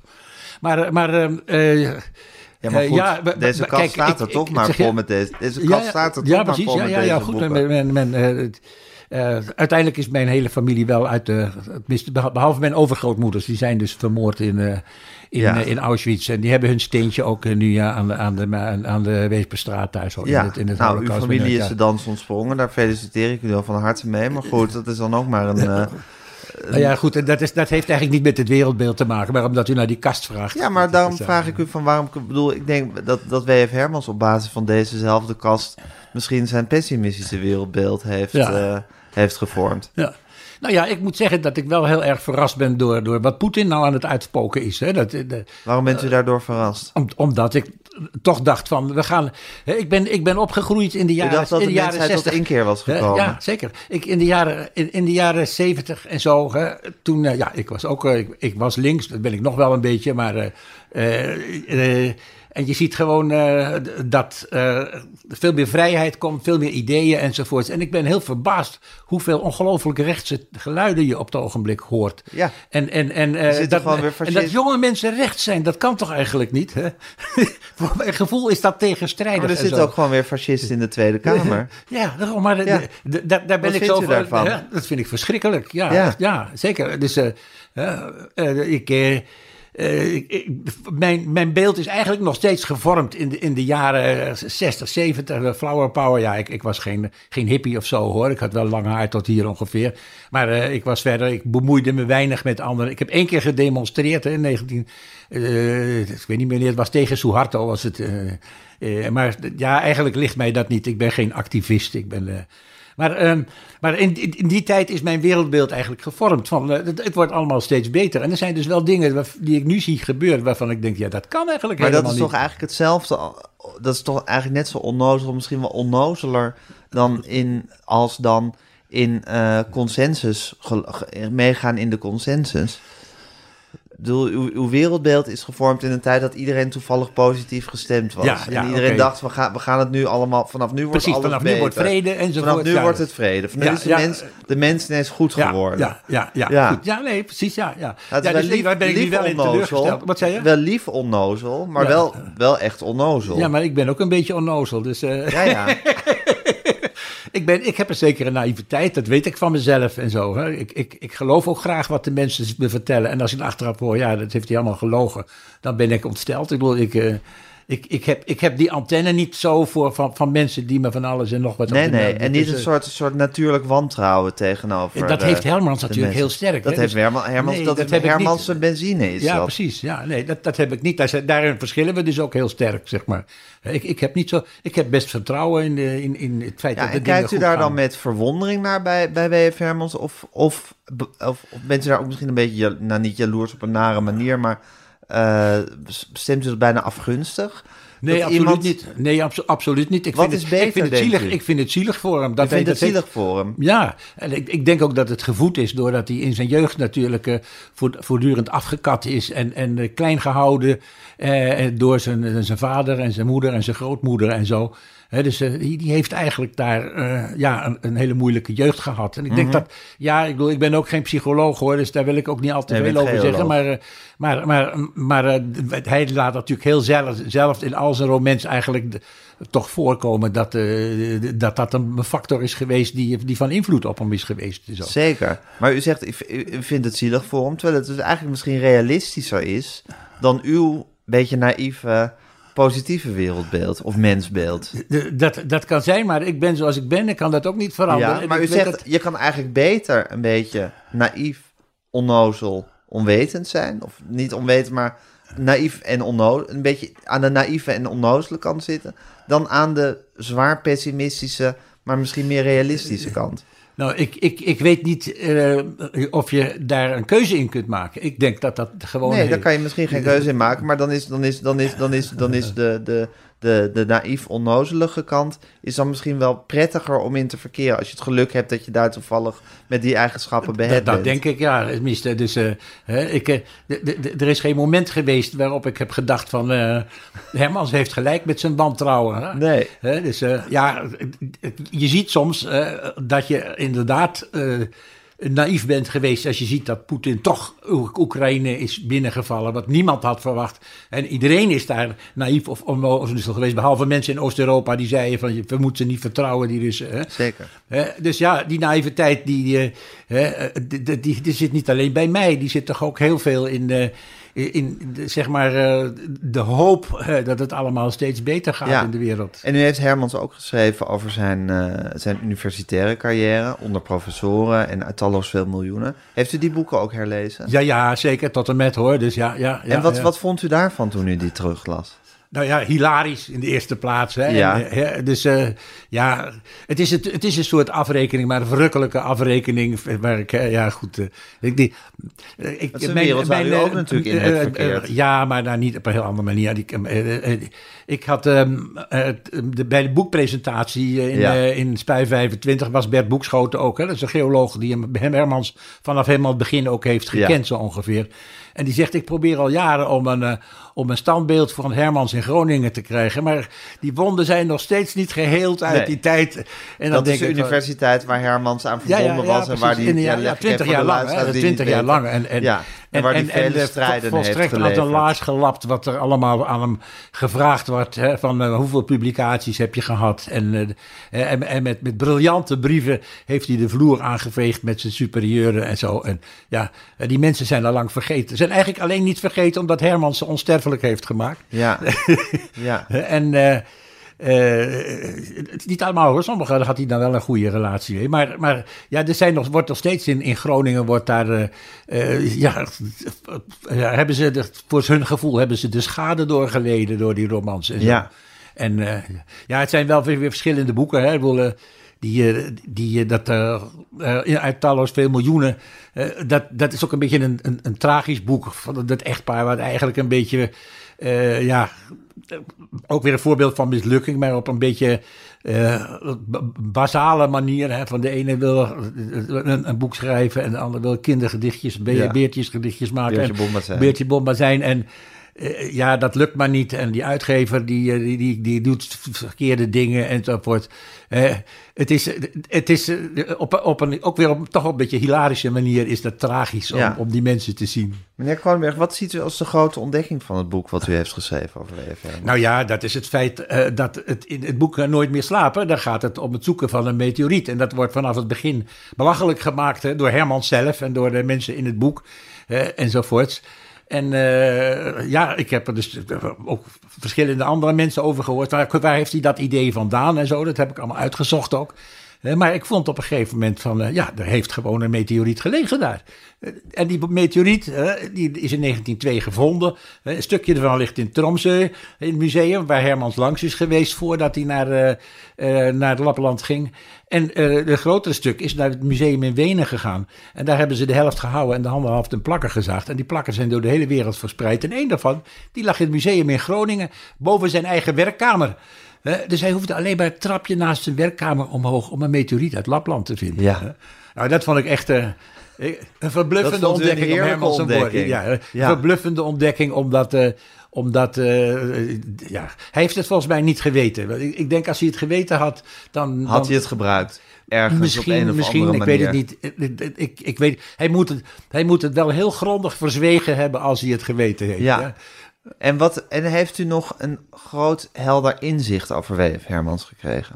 Ja, maar goed, deze kast staat er toch maar vol met deze. Deze kast staat er toch maar vol met deze boeken.
Uiteindelijk is mijn hele familie wel behalve mijn overgrootmoeders, die zijn dus vermoord in Auschwitz. En die hebben hun steentje ook nu aan de Weesperstraat thuis. In het
uw familie is de dans ontsprongen. Daar feliciteer ik u wel van harte mee. Maar goed, dat is dan ook maar een...
Nou ja, goed, dat heeft eigenlijk niet met het wereldbeeld te maken, maar omdat u naar die kast vraagt.
Ja, maar daarom vraag ik u van waarom... Ik bedoel, ik denk dat W.F. Hermans op basis van dezezelfde kast misschien zijn pessimistische wereldbeeld heeft gevormd.
Ja. Nou ja, ik moet zeggen dat ik wel heel erg verrast ben door wat Poetin nou aan het uitspoken is. Hè.
Waarom bent u daardoor verrast?
Omdat ik toch dacht van, we gaan... Ik ben opgegroeid in de jaren 60.
U dacht dat de mensheid tot 1 keer was gekomen?
Ja, zeker. In de jaren 70 en zo, toen... ik was links, dat ben ik nog wel een beetje, maar... En je ziet gewoon dat veel meer vrijheid komt, veel meer ideeën enzovoorts. En ik ben heel verbaasd hoeveel ongelooflijk rechtse geluiden je op het ogenblik hoort.
Ja.
En dat jonge mensen rechts zijn, dat kan toch eigenlijk niet? Hè? Voor mijn gevoel is dat tegenstrijdig.
Maar er zitten ook gewoon weer fascisten in de Tweede Kamer.
Ja, maar daar ben ik zo van. Dat vind ik verschrikkelijk. Ja, zeker. Dus mijn beeld is eigenlijk nog steeds gevormd in de jaren 60, 70, flower power. Ja, ik was geen hippie of zo hoor. Ik had wel lang haar tot hier ongeveer. Maar ik bemoeide me weinig met anderen. Ik heb 1 keer gedemonstreerd in 19... ik weet niet meer, het was tegen Suharto was het. Maar ja, eigenlijk ligt mij dat niet. Ik ben geen activist. Ik ben... Maar in die tijd is mijn wereldbeeld eigenlijk gevormd. Het wordt allemaal steeds beter. En er zijn dus wel dingen die ik nu zie gebeuren waarvan ik denk, ja, dat kan eigenlijk helemaal niet. Maar
dat is toch eigenlijk hetzelfde. Dat is toch eigenlijk net zo onnozel, misschien wel onnozeler dan in consensus, meegaan in de consensus. bedoel, uw wereldbeeld is gevormd in een tijd dat iedereen toevallig positief gestemd was. En iedereen dacht, we gaan het nu allemaal, vanaf nu wordt alles
vanaf
beter.
Nu wordt vrede enzovoort.
Vanaf nu wordt het vrede. Vanaf nu is de mens ineens goed geworden.
Goed. Ja, nee, precies, ja.
Dus
daar ben ik nu wel in teleurgesteld. Wat zei je?
Wel lief onnozel, maar wel echt onnozel.
Ja, maar ik ben ook een beetje onnozel, dus...
Ja.
Ik heb een zekere naïviteit, dat weet ik van mezelf en zo. Hè. Ik geloof ook graag wat de mensen me vertellen. En als ik achteraf hoor, dat heeft hij allemaal gelogen, dan ben ik ontsteld. Ik bedoel, ik heb die antenne niet zo van mensen die me van alles en nog wat...
Nee, en niet een soort natuurlijk wantrouwen tegenover...
Dat heeft Hermans natuurlijk heel sterk.
Dat heeft Hermans, Hermans zijn benzine is.
Ja, precies. Ja, nee, dat heb ik niet. Daarin verschillen we dus ook heel sterk, zeg maar. Ik heb best vertrouwen in het feit dat de dingen goed gaan. En
kijkt u daar dan met verwondering naar bij W.F. Hermans? Of bent u daar ook misschien een beetje, niet jaloers op een nare manier, maar... stemt u dat bijna afgunstig?
Nee, absoluut niet. Nee, absoluut niet. Ik vind het zielig voor hem.
Ik vind het zielig voor hem?
Ja, en ik denk ook dat het gevoed is doordat hij in zijn jeugd natuurlijk voortdurend afgekat is en klein gehouden door zijn vader en zijn moeder en zijn grootmoeder en zo. Dus die heeft eigenlijk daar een hele moeilijke jeugd gehad. En ik denk dat, ik ben ook geen psycholoog hoor, dus daar wil ik ook niet al te veel over zeggen. Maar hij laat natuurlijk heel zelf in al zijn romans eigenlijk toch voorkomen dat een factor is geweest die van invloed op hem is geweest. Zo.
Zeker. Maar u zegt, u vindt het zielig voor hem, terwijl het dus eigenlijk misschien realistischer is dan uw beetje naïeve... positieve wereldbeeld of mensbeeld.
Dat kan zijn, maar ik ben zoals ik ben. Ik kan dat ook niet veranderen.
Ja, maar u zegt, je kan eigenlijk beter een beetje naïef, onnozel, onwetend zijn. Of niet onwetend, maar naïef en onnozel. Een beetje aan de naïeve en onnozele kant zitten. Dan aan de zwaar pessimistische, maar misschien meer realistische kant.
Nou, ik weet niet of je daar een keuze in kunt maken. Ik denk dat gewoon...
Nee, daar kan je misschien geen keuze in maken. Maar dan is de naïef onnozelige kant... is dan misschien wel prettiger om in te verkeren... als je het geluk hebt dat je daar toevallig met die eigenschappen behept bent.
Dat denk ik, ja. Tenminste, dus, er is geen moment geweest waarop ik heb gedacht van... Hermans heeft gelijk met zijn wantrouwen. Hè?
Nee.
Dus je ziet soms dat je inderdaad... naïef bent geweest als je ziet dat Poetin toch Oekraïne is binnengevallen, wat niemand had verwacht. En iedereen is daar naïef of onnozel geweest, behalve mensen in Oost-Europa die zeiden van we moeten ze niet vertrouwen, die Russen. Hè?
Zeker.
Dus ja, die naïviteit die zit niet alleen bij mij, die zit toch ook heel veel in zeg maar de hoop dat het allemaal steeds beter gaat in de wereld.
En u heeft Hermans ook geschreven over zijn universitaire carrière onder professoren en uit talloos veel miljoenen. Heeft u die boeken ook herlezen?
Ja, zeker, tot en met hoor. Dus ja.
En wat vond u daarvan toen u die teruglas?
Nou ja, hilarisch in de eerste plaats. Hè?
Ja.
Dus het is een soort afrekening, maar een verrukkelijke afrekening. Waar ik, goed.
Dat is een wereld waar u ook natuurlijk in hebt verkeerd.
Ja, maar niet op een heel andere manier. Ik had bij de boekpresentatie in Spui 25 was Bert Boekschoten ook. Hè? Dat is een geoloog die Hermans vanaf helemaal het begin ook heeft gekend, zo ongeveer. En die zegt, ik probeer al jaren om een standbeeld van Hermans in Groningen te krijgen. Maar die wonden zijn nog steeds niet geheeld uit die tijd. En
dat is de universiteit waar Hermans aan verbonden was. En waar die
20 jaar lang. 20 jaar lang.
En waar die vele strijden heeft geleverd.
Had een laars gelapt wat er allemaal aan hem gevraagd wordt. Hè, van hoeveel publicaties heb je gehad? En met briljante brieven heeft hij de vloer aangeveegd met zijn superieuren en zo. En die mensen zijn al lang vergeten. Ze zijn eigenlijk alleen niet vergeten omdat Hermans ze onsterfelijk heeft gemaakt.
Ja.
En niet allemaal hoor, sommigen had hij dan wel een goede relatie mee. Maar wordt nog steeds in Groningen wordt daar hebben ze voor hun gevoel hebben ze de schade doorgeleden door die romans en zo.
Ja.
En het zijn wel weer verschillende boeken. Hè? uit talloos veel miljoenen. Dat is ook een beetje een tragisch boek van dat echtpaar, wat eigenlijk een beetje, ook weer een voorbeeld van mislukking, maar op een beetje basale manier. Hè. Van de ene wil een boek schrijven en de ander wil kindergedichtjes, beertjesgedichtjes maken. Beertje Bombazijn. En dat lukt maar niet. En die uitgever die doet verkeerde dingen enzovoort. Het is ook weer op toch een beetje hilarische manier is dat tragisch om die mensen te zien.
Meneer Kronenberg, wat ziet u als de grote ontdekking van het boek wat u heeft geschreven over W.F. Hermans?
Nou ja, dat is het feit dat het in het boek Nooit meer slapen, daar gaat het om het zoeken van een meteoriet. En dat wordt vanaf het begin belachelijk gemaakt door Hermans zelf en door de mensen in het boek enzovoorts. En ik heb er dus ook verschillende andere mensen over gehoord. Waar heeft hij dat idee vandaan en zo? Dat heb ik allemaal uitgezocht ook. Maar ik vond op een gegeven moment van, er heeft gewoon een meteoriet gelegen daar. En die meteoriet die is in 1902 gevonden. Een stukje ervan ligt in Tromsø, in het museum, waar Hermans langs is geweest voordat hij naar het Lapland ging. En het grotere stuk is naar het museum in Wenen gegaan. En daar hebben ze de helft gehouden en de andere helft een plakker gezaagd. En die plakken zijn door de hele wereld verspreid. En één daarvan, die lag in het museum in Groningen, boven zijn eigen werkkamer. Dus hij hoefde alleen maar het trapje naast zijn werkkamer omhoog om een meteoriet uit Lapland te vinden. Ja. Nou, dat vond ik echt een verbluffende ontdekking om Hermans een woord. Een verbluffende ontdekking, omdat hij heeft het volgens mij niet geweten. Ik denk als hij het geweten had, dan
had hij het gebruikt. Ergens misschien, op een of andere manier.
Ik weet het niet. Ik weet, hij moet het wel heel grondig verzwegen hebben als hij het geweten heeft.
Ja. En heeft u nog een groot helder inzicht over W.F. Hermans gekregen?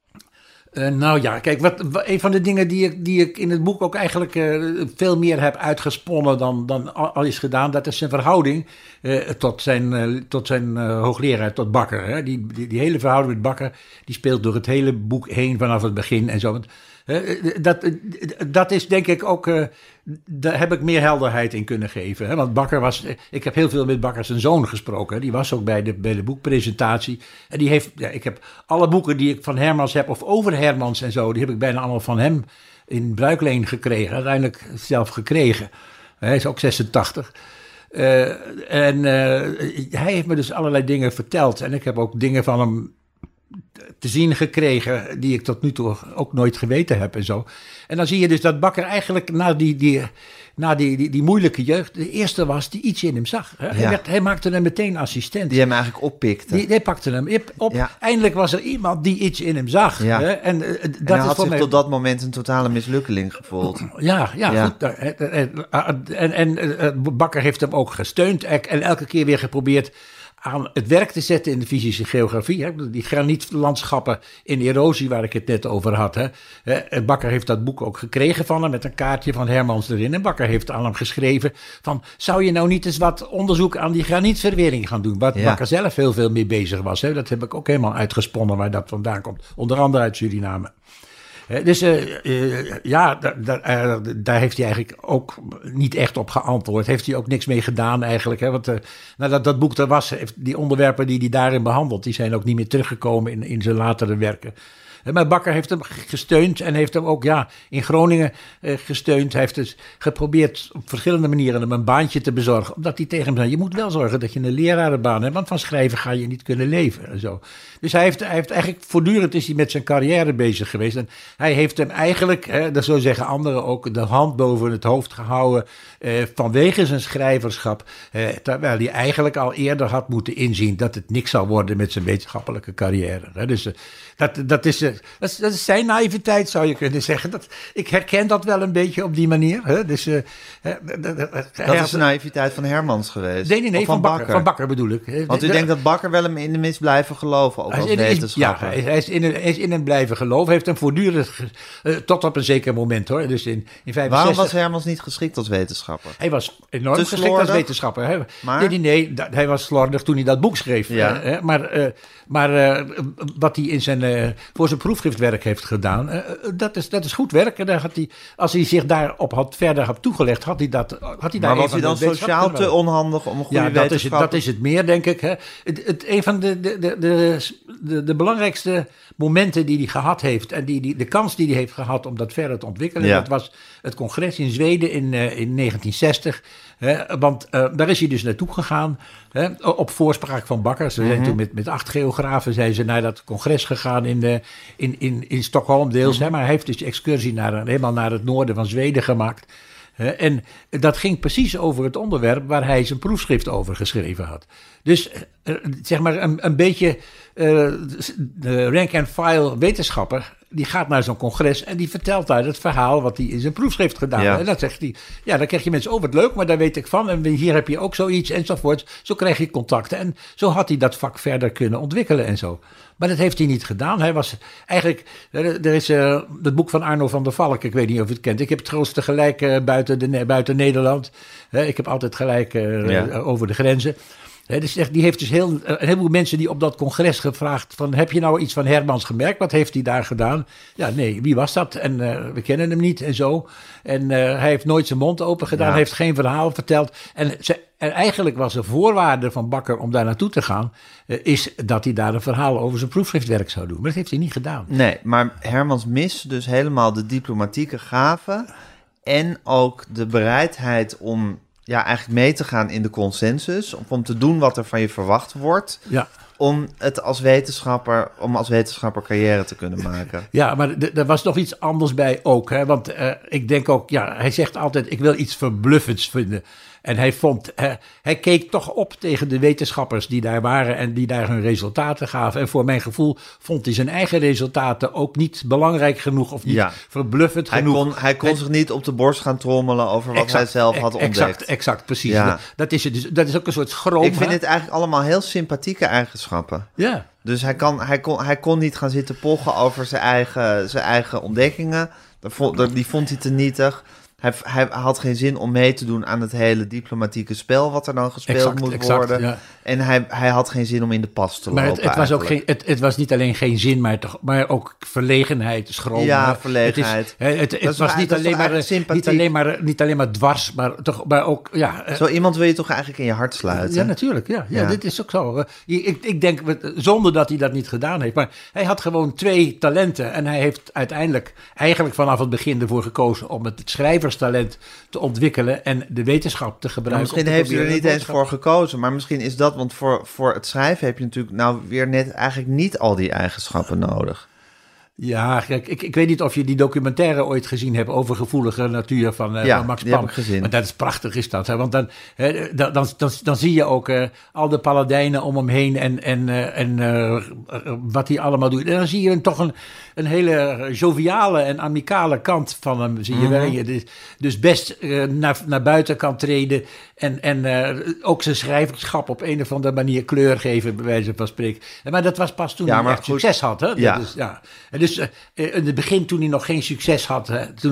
Kijk, een van de dingen die ik in het boek ook eigenlijk veel meer heb uitgesponnen dan al is gedaan, dat is zijn verhouding tot zijn hoogleraar, tot Bakker. Hè. Die hele verhouding met Bakker, die speelt door het hele boek heen vanaf het begin en zo. Dat is denk ik ook, daar heb ik meer helderheid in kunnen geven. Hè? Want ik heb heel veel met Bakker zijn zoon gesproken. Die was ook bij de boekpresentatie. En ik heb alle boeken die ik van Hermans heb, of over Hermans en zo, die heb ik bijna allemaal van hem in bruikleen gekregen. Uiteindelijk zelf gekregen. Hij is ook 86. Hij heeft me dus allerlei dingen verteld. En ik heb ook dingen van hem te zien gekregen die ik tot nu toe ook nooit geweten heb en zo. En dan zie je dus dat Bakker eigenlijk na die moeilijke jeugd de eerste was die iets in hem zag. Hè? Hij maakte hem meteen assistent.
Die hem eigenlijk oppikte.
Hij pakte hem op. Ja. Eindelijk was er iemand die iets in hem zag.
Ja.
Hè?
En hij had zich tot dat moment een totale mislukkeling gevoeld.
Ja. Goed. En Bakker heeft hem ook gesteund en elke keer weer geprobeerd aan het werk te zetten in de fysische geografie. Hè? Die granietlandschappen in erosie waar ik het net over had. Hè? Bakker heeft dat boek ook gekregen van hem met een kaartje van Hermans erin. En Bakker heeft aan hem geschreven van, zou je nou niet eens wat onderzoek aan die granietverwering gaan doen? Waar Bakker zelf heel veel mee bezig was. Hè? Dat heb ik ook helemaal uitgesponnen waar dat vandaan komt. Onder andere uit Suriname. Dus daar heeft hij eigenlijk ook niet echt op geantwoord. Heeft hij ook niks mee gedaan eigenlijk. Hè? Want nadat dat boek er was, die onderwerpen die hij daarin behandelt, die zijn ook niet meer teruggekomen in zijn latere werken. Maar Bakker heeft hem gesteund en heeft hem ook in Groningen gesteund. Hij heeft dus geprobeerd op verschillende manieren hem een baantje te bezorgen. Omdat hij tegen hem zei, je moet wel zorgen dat je een lerarenbaan hebt, want van schrijven ga je niet kunnen leven en zo. Dus hij heeft eigenlijk voortdurend is hij met zijn carrière bezig geweest. En hij heeft hem eigenlijk, dat zo zeggen anderen ook, de hand boven het hoofd gehouden vanwege zijn schrijverschap. Terwijl hij eigenlijk al eerder had moeten inzien dat het niks zou worden met zijn wetenschappelijke carrière. Dus dat is zijn naïviteit, zou je kunnen zeggen. Ik herken dat wel een beetje op die manier. Hè? Dus,
dat is de naïviteit van Hermans geweest?
Nee, van Bakker. Van Bakker bedoel ik.
Want u denkt dat Bakker wel hem in de mis blijven geloven, ook als wetenschapper?
Ja, hij is in hem blijven geloven. Heeft hem voortdurend, tot op een zeker moment hoor. Dus in 65,
waarom was Hermans niet geschikt als wetenschapper?
Hij was enorm geschikt als wetenschapper. Nee, hij was slordig toen hij dat boek schreef. Ja. Maar wat hij voor zijn proefschriftwerk heeft gedaan, dat is goed werk. En daar had hij, als hij zich daarop verder had toegelegd, had hij daar...
Maar was hij dan sociaal te onhandig om een goede wetenschap?
Dat is het meer, denk ik. Hè. Een van de belangrijkste momenten die hij gehad heeft en de kans die hij heeft gehad om dat verder te ontwikkelen, dat was het congres in Zweden in 1960. Want daar is hij dus naartoe gegaan, op voorspraak van Bakker. Ze zijn toen met 8 geografen zijn ze naar dat congres gegaan in Stockholm deels. Maar hij heeft dus de excursie helemaal naar het noorden van Zweden gemaakt. En dat ging precies over het onderwerp waar hij zijn proefschrift over geschreven had. Dus zeg maar een beetje de rank-and-file wetenschapper, die gaat naar zo'n congres en die vertelt daar het verhaal wat hij in zijn proefschrift gedaan heeft. En dan zegt hij, dan krijg je mensen, wat leuk, maar daar weet ik van. En hier heb je ook zoiets enzovoort. Zo krijg je contacten. En zo had hij dat vak verder kunnen ontwikkelen en zo. Maar dat heeft hij niet gedaan. Hij was eigenlijk, er is het boek van Arno van der Valk, ik weet niet of je het kent. Ik heb het grootste gelijk buiten Nederland. Ik heb altijd gelijk over de grenzen. Dus die heeft dus een heleboel mensen die op dat congres gevraagd van, heb je nou iets van Hermans gemerkt? Wat heeft hij daar gedaan? Ja, nee, wie was dat? En we kennen hem niet en zo. En hij heeft nooit zijn mond open gedaan, heeft geen verhaal verteld. En eigenlijk was de voorwaarde van Bakker om daar naartoe te gaan, is dat hij daar een verhaal over zijn proefschriftwerk zou doen. Maar dat heeft hij niet gedaan.
Nee, maar Hermans mist dus helemaal de diplomatieke gave en ook de bereidheid om eigenlijk mee te gaan in de consensus, om te doen wat er van je verwacht wordt, om als wetenschapper carrière te kunnen maken.
Ja, maar er was nog iets anders bij ook, hè? Want ik denk ook, hij zegt altijd, ik wil iets verbluffends vinden. En hij keek toch op tegen de wetenschappers die daar waren en die daar hun resultaten gaven. En voor mijn gevoel vond hij zijn eigen resultaten ook niet belangrijk genoeg of niet verbluffend genoeg.
Hij kon zich niet op de borst gaan trommelen over wat hij zelf had ontdekt.
Exact, precies. Ja. Dat is ook een soort schroom.
Ik vind het eigenlijk allemaal heel sympathieke eigenschappen.
Ja.
Dus hij kon niet gaan zitten pochen over zijn eigen ontdekkingen. Die vond hij te nietig. Hij had geen zin om mee te doen aan het hele diplomatieke spel wat er dan gespeeld moet worden. Ja. En hij had geen zin om in de pas te lopen.
Maar het was niet alleen geen zin, maar ook verlegenheid, schroom.
Ja, verlegenheid.
Het was niet alleen maar dwars, maar ook... Ja,
zo iemand wil je toch eigenlijk in je hart sluiten?
Ja, natuurlijk. Ja, dit is ook zo. Ik denk, zonder dat hij dat niet gedaan heeft. Maar hij had gewoon 2 talenten. En hij heeft uiteindelijk eigenlijk vanaf het begin ervoor gekozen om het schrijverstalent te ontwikkelen en de wetenschap te gebruiken.
Misschien heeft hij er niet eens voor gekozen, maar misschien is dat, want voor het schrijven heb je natuurlijk weer net eigenlijk niet al die eigenschappen nodig. Ja,
kijk, ik weet niet of je die documentaire ooit gezien hebt over gevoelige natuur van Max Pam.
Heb ik gezien.
Maar dat is prachtig, is dat. Hè? Want dan zie je ook al de paladijnen om hem heen en wat hij allemaal doet. En dan zie je toch een hele joviale en amicale kant van hem. Zie je waar je dus best naar buiten kan treden en ook zijn schrijverschap op een of andere manier kleur geven, bij wijze van spreken. Maar dat was pas toen hij echt succes had. Hè?
Ja.
Dus in het begin, toen hij nog geen succes had,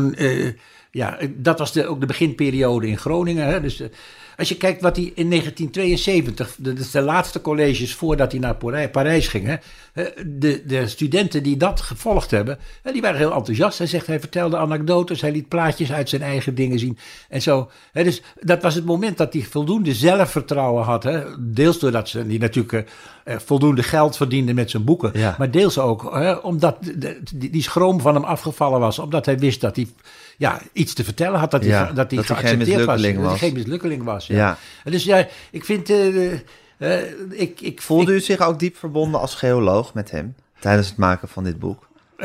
dat was ook de beginperiode in Groningen. Hè? Dus als je kijkt wat hij in 1972, dat is de laatste colleges voordat hij naar Parijs ging, hè? De studenten die dat gevolgd hebben, die waren heel enthousiast. Hij vertelde anekdotes, hij liet plaatjes uit zijn eigen dingen zien en zo. Dus dat was het moment dat hij voldoende zelfvertrouwen had. Hè? Deels doordat hij natuurlijk voldoende geld verdiende met zijn boeken, maar deels ook omdat die schroom van hem afgevallen was, omdat hij wist dat hij iets te vertellen had, dat hij geaccepteerd was. Dat hij geen mislukkeling was. Ja. Dus ik vind...
Voelde u zich ook diep verbonden als geoloog met hem tijdens het maken van dit boek?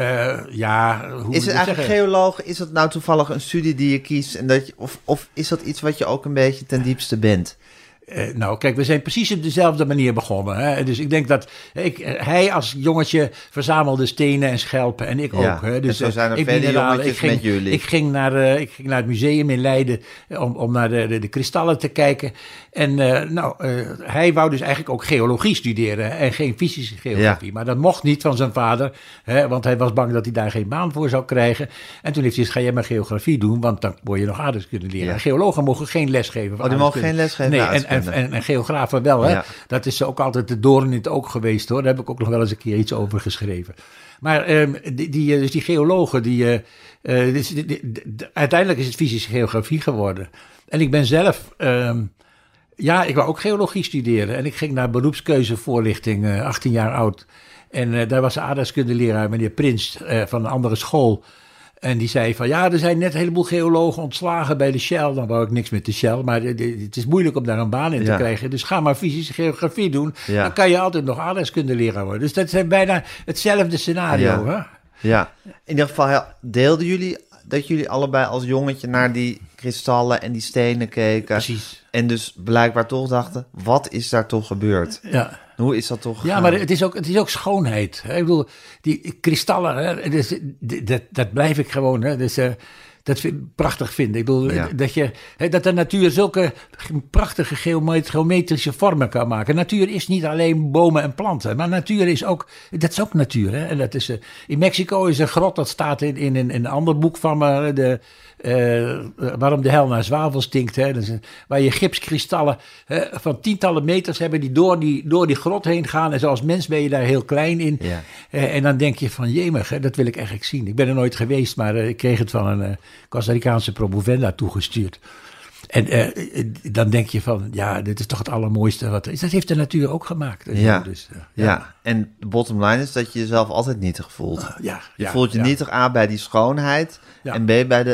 Hoe
is het eigenlijk geoloog? Is dat nou toevallig een studie die je kiest en of is dat iets wat je ook een beetje ten diepste bent?
Kijk, we zijn precies op dezelfde manier begonnen. Hè? Dus ik denk dat hij als jongetje verzamelde stenen en schelpen en ik ook. Hè? Dus
zo zijn er vele jongetjes met jullie.
Ik ging naar het museum in Leiden om naar de kristallen te kijken. En hij wou dus eigenlijk ook geologie studeren en geen fysische geografie. Ja. Maar dat mocht niet van zijn vader, want hij was bang dat hij daar geen baan voor zou krijgen. En toen heeft hij gezegd, ga jij maar geografie doen, want dan word je nog aardrijkskunde leren. Ja. Geologen mogen geen les geven.
Die mogen geen les geven?
Nee, en geografen wel, hè.
Ja.
Dat is ook altijd de doorn in het oog geweest, hoor. Daar heb ik ook nog wel eens een keer iets over geschreven. Maar dus die geologen, uiteindelijk is het fysische geografie geworden. En ik ben zelf... ik wou ook geologie studeren. En ik ging naar beroepskeuzevoorlichting, 18 jaar oud. En daar was de aardrijkskundeleraar, meneer Prins, van een andere school. En die zei van, er zijn net een heleboel geologen ontslagen bij de Shell. Dan wou ik niks met de Shell, maar het is moeilijk om daar een baan in te krijgen. Dus ga maar fysische geografie doen. Ja. Dan kan je altijd nog aardrijkskundeleraar worden. Dus dat is bijna hetzelfde scenario. Hè?
Ja, in ieder geval deelden jullie dat jullie allebei als jongetje naar die kristallen en die stenen keken.
Precies.
En dus blijkbaar toch dachten, wat is daar toch gebeurd?
Ja.
Hoe is dat toch gegaan?
Ja, maar het is ook schoonheid. Hè? Ik bedoel, die kristallen, hè, dat blijf ik gewoon. Hè? Dus, dat prachtig vinden. Ik bedoel, dat de natuur zulke prachtige geometrische vormen kan maken. Natuur is niet alleen bomen en planten, maar natuur is ook, dat is ook natuur. Hè? En dat is, in Mexico is een grot, dat staat in een ander boek van me, waarom de hel naar zwavel stinkt. Hè? Dus, waar je gipskristallen van tientallen meters hebben die door die grot heen gaan. En zoals mens ben je daar heel klein in. Ja. En dan denk je van, jemig, dat wil ik eigenlijk zien. Ik ben er nooit geweest, maar ik kreeg het van een Costa Ricaanse promovenda toegestuurd. En dan denk je van, dit is toch het allermooiste wat er is. Dat heeft de natuur ook gemaakt. Dus,
en de bottom line is dat je jezelf altijd nietig voelt. Je voelt je nietig A bij die schoonheid en B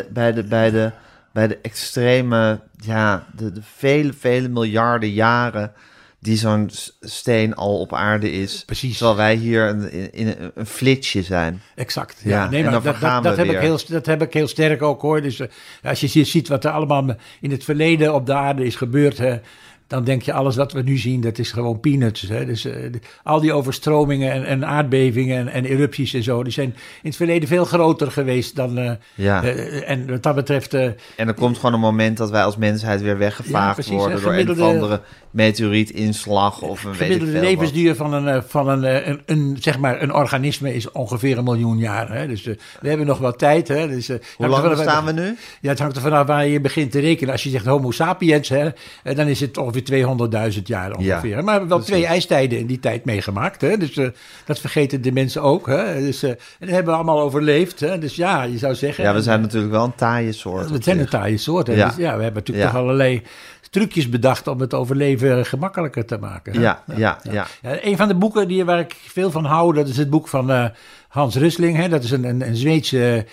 bij de extreme, de vele miljarden jaren die zo'n steen al op aarde is.
Precies.
Terwijl wij hier in een flitsje zijn.
Exact. Ja. Nee, maar dat heb ik heel sterk ook, hoor. Dus als je ziet wat er allemaal in het verleden op de aarde is gebeurd, dan denk je, alles wat we nu zien, dat is gewoon peanuts. Hè? Dus al die overstromingen en aardbevingen en erupties en zo, die zijn in het verleden veel groter geweest dan... en wat dat betreft... en
er komt gewoon een moment dat wij als mensheid weer weggevaagd worden door een of andere meteorietinslag of een
gemiddelde levensduur van een organisme is ongeveer 1 miljoen jaar. Hè? Dus we hebben nog wat tijd. Hè? Dus,
hoe lang bestaan we nu?
Ja, het hangt er vanaf waar je begint te rekenen. Als je zegt homo sapiens, dan is het ongeveer 200.000 jaar ongeveer. Ja, maar wel 2 ijstijden in die tijd meegemaakt. Hè? Dus dat vergeten de mensen ook. Hè? Dus, en dat hebben we allemaal overleefd. Hè? Dus je zou zeggen...
Ja, we zijn natuurlijk wel een taaie soort.
We zijn een taaie soort. Hè? Dus, we hebben natuurlijk toch allerlei trucjes bedacht om het overleven gemakkelijker te maken. Hè?
Ja.
Een van de boeken waar ik veel van hou, dat is het boek van Hans Rosling. Hè? Dat is een Zweedse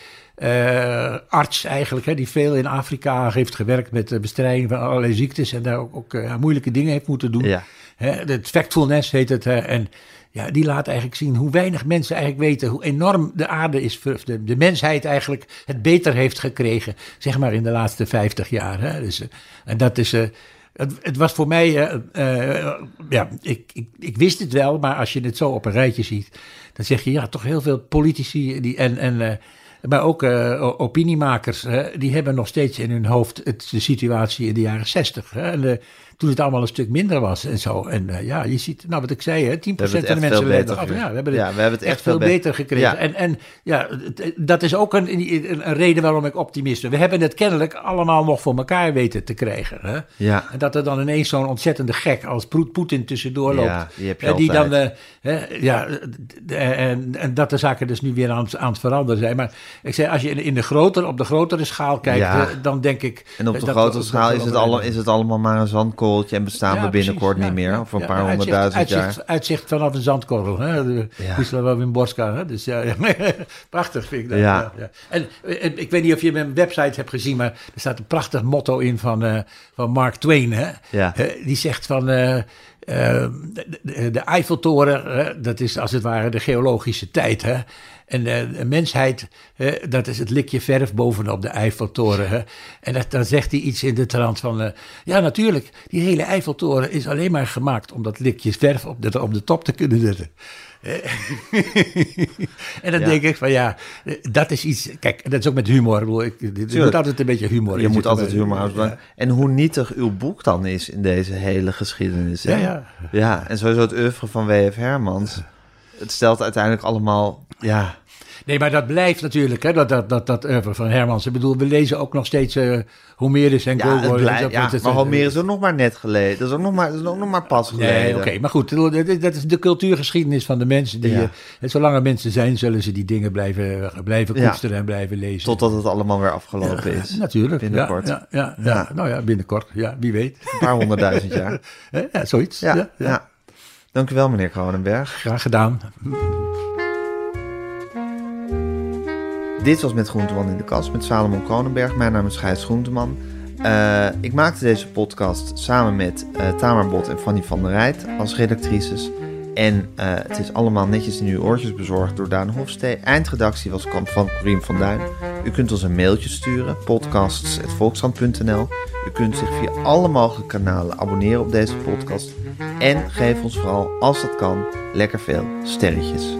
arts eigenlijk, hè, die veel in Afrika heeft gewerkt met de bestrijding van allerlei ziektes en daar ook moeilijke dingen heeft moeten doen. Ja. Het Factfulness heet het. En die laat eigenlijk zien hoe weinig mensen eigenlijk weten hoe enorm de aarde is, de mensheid eigenlijk het beter heeft gekregen, zeg maar in de laatste 50 jaar. Hè. Dus, en dat is... Het was voor mij, ik wist het wel, maar als je het zo op een rijtje ziet, dan zeg je toch heel veel politici maar ook opiniemakers, die hebben nog steeds in hun hoofd de situatie in de jaren 60. En toen het allemaal een stuk minder was en zo. En je ziet, wat ik zei, 10% van de mensen leven af. Ja, we hebben het echt veel beter gekregen. Ja. En dat is ook een reden waarom ik optimist ben. We hebben het kennelijk allemaal nog voor elkaar weten te krijgen. Hè? Ja. En dat er dan ineens zo'n ontzettende gek als Poetin tussendoor loopt. Die dan, en dat de zaken dus nu weer aan het veranderen zijn. Maar ik zei, als je op de grotere schaal kijkt, dan denk ik...
En op de grotere schaal is het allemaal maar een zandkorrel. En bestaan we binnenkort niet meer, voor een paar 100.000 jaar.
Uitzicht vanaf een zandkorrel, hè? Wisława-Szymborska, hè? Dus prachtig vind ik dat. Ja. En ik weet niet of je mijn website hebt gezien, maar er staat een prachtig motto in van Mark Twain, hè? Ja. Die zegt van... de Eiffeltoren, dat is als het ware de geologische tijd, hè? En de mensheid, dat is het likje verf bovenop de Eiffeltoren. Hè? En dan zegt hij iets in de trant van... natuurlijk, die hele Eiffeltoren is alleen maar gemaakt om dat likje verf op de top te kunnen zetten. En dan denk ik van dat is iets... Kijk, dat is ook met humor. Er moet altijd een beetje humor in.
Je moet altijd humor houden. En hoe nietig uw boek dan is in deze hele geschiedenis. Hè? Ja, en sowieso het oeuvre van W.F. Hermans. Het stelt uiteindelijk allemaal...
Nee, maar dat blijft natuurlijk, hè, dat oeuvre van Hermans. Ik bedoel, we lezen ook nog steeds Homerus en Gogol.
Maar Homerus is ook nog maar net geleden. Dat is ook nog maar pas geleden.
Nee, oké, maar goed, dat is de cultuurgeschiedenis van de mensen. Zolang er mensen zijn, zullen ze die dingen blijven koesteren en blijven lezen.
Totdat het allemaal weer afgelopen is.
Natuurlijk.
Binnenkort.
Ja. Nou ja, binnenkort. Ja, wie weet.
Een paar 100.000 jaar.
Ja, zoiets.
Ja. Dank u wel, meneer Kronenberg.
Graag gedaan.
Dit was Met Groenteman in de Kast met Salomon Kronenberg. Mijn naam is Gijs Groenteman. Ik maakte deze podcast samen met Tamar Bot en Fanny van der Rijt als redactrices. En het is allemaal netjes in uw oortjes bezorgd door Daan Hofstee. Eindredactie was van Corien van Duin. U kunt ons een mailtje sturen, podcasts@volkskrant.nl. U kunt zich via alle mogelijke kanalen abonneren op deze podcast. En geef ons vooral, als dat kan, lekker veel sterretjes.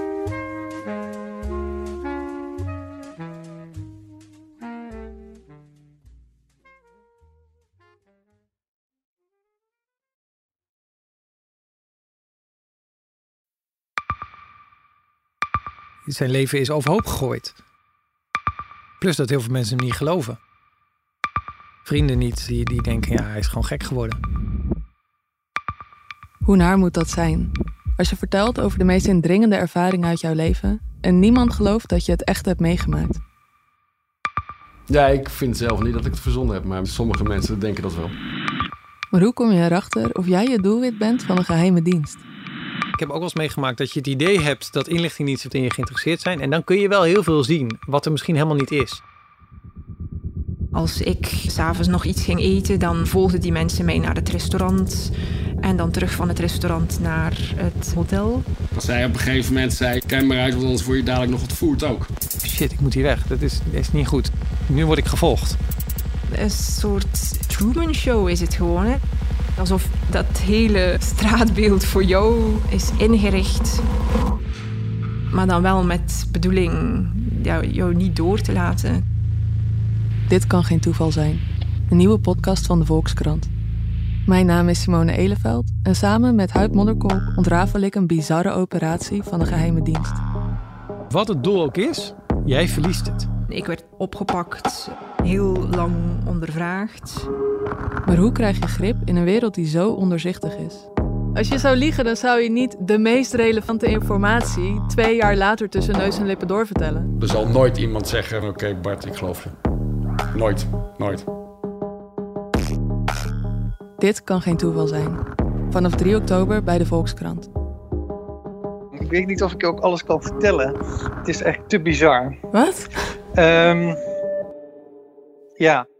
Zijn leven is overhoop gegooid. Plus dat heel veel mensen hem niet geloven. Vrienden niet, die denken, ja, hij is gewoon gek geworden.
Hoe naar moet dat zijn? Als je vertelt over de meest indringende ervaring uit jouw leven en niemand gelooft dat je het echt hebt meegemaakt.
Ja, ik vind zelf niet dat ik het verzonnen heb, maar sommige mensen denken dat wel.
Maar hoe kom je erachter of jij het doelwit bent van een geheime dienst?
Ik heb ook wel eens meegemaakt dat je het idee hebt dat inlichtingendiensten in je geïnteresseerd zijn. En dan kun je wel heel veel zien, wat er misschien helemaal niet is.
Als ik 's avonds nog iets ging eten, dan volgden die mensen mee naar het restaurant. En dan terug van het restaurant naar het hotel.
Als zij op een gegeven moment zei, kijk maar uit, want anders word je dadelijk nog ontvoerd ook.
Shit, ik moet hier weg. Dat is niet goed. Nu word ik gevolgd.
Een soort Truman Show is het gewoon, hè? Alsof dat hele straatbeeld voor jou is ingericht. Maar dan wel met bedoeling jou niet door te laten.
Dit kan geen toeval zijn. Een nieuwe podcast van de Volkskrant. Mijn naam is Simone Eleveld en samen met Huib Modderkolk ontrafel ik een bizarre operatie van de geheime dienst.
Wat het doel ook is, jij verliest het.
Ik werd opgepakt, heel lang ondervraagd.
Maar hoe krijg je grip in een wereld die zo onderzichtig is? Als je zou liegen, dan zou je niet de meest relevante informatie 2 jaar later tussen neus en lippen doorvertellen.
Er zal nooit iemand zeggen, oké, Bart, ik geloof je. Nooit.
Dit kan geen toeval zijn. Vanaf 3 oktober bij de Volkskrant.
Ik weet niet of ik ook alles kan vertellen. Het is echt te bizar.
Wat?
Ja.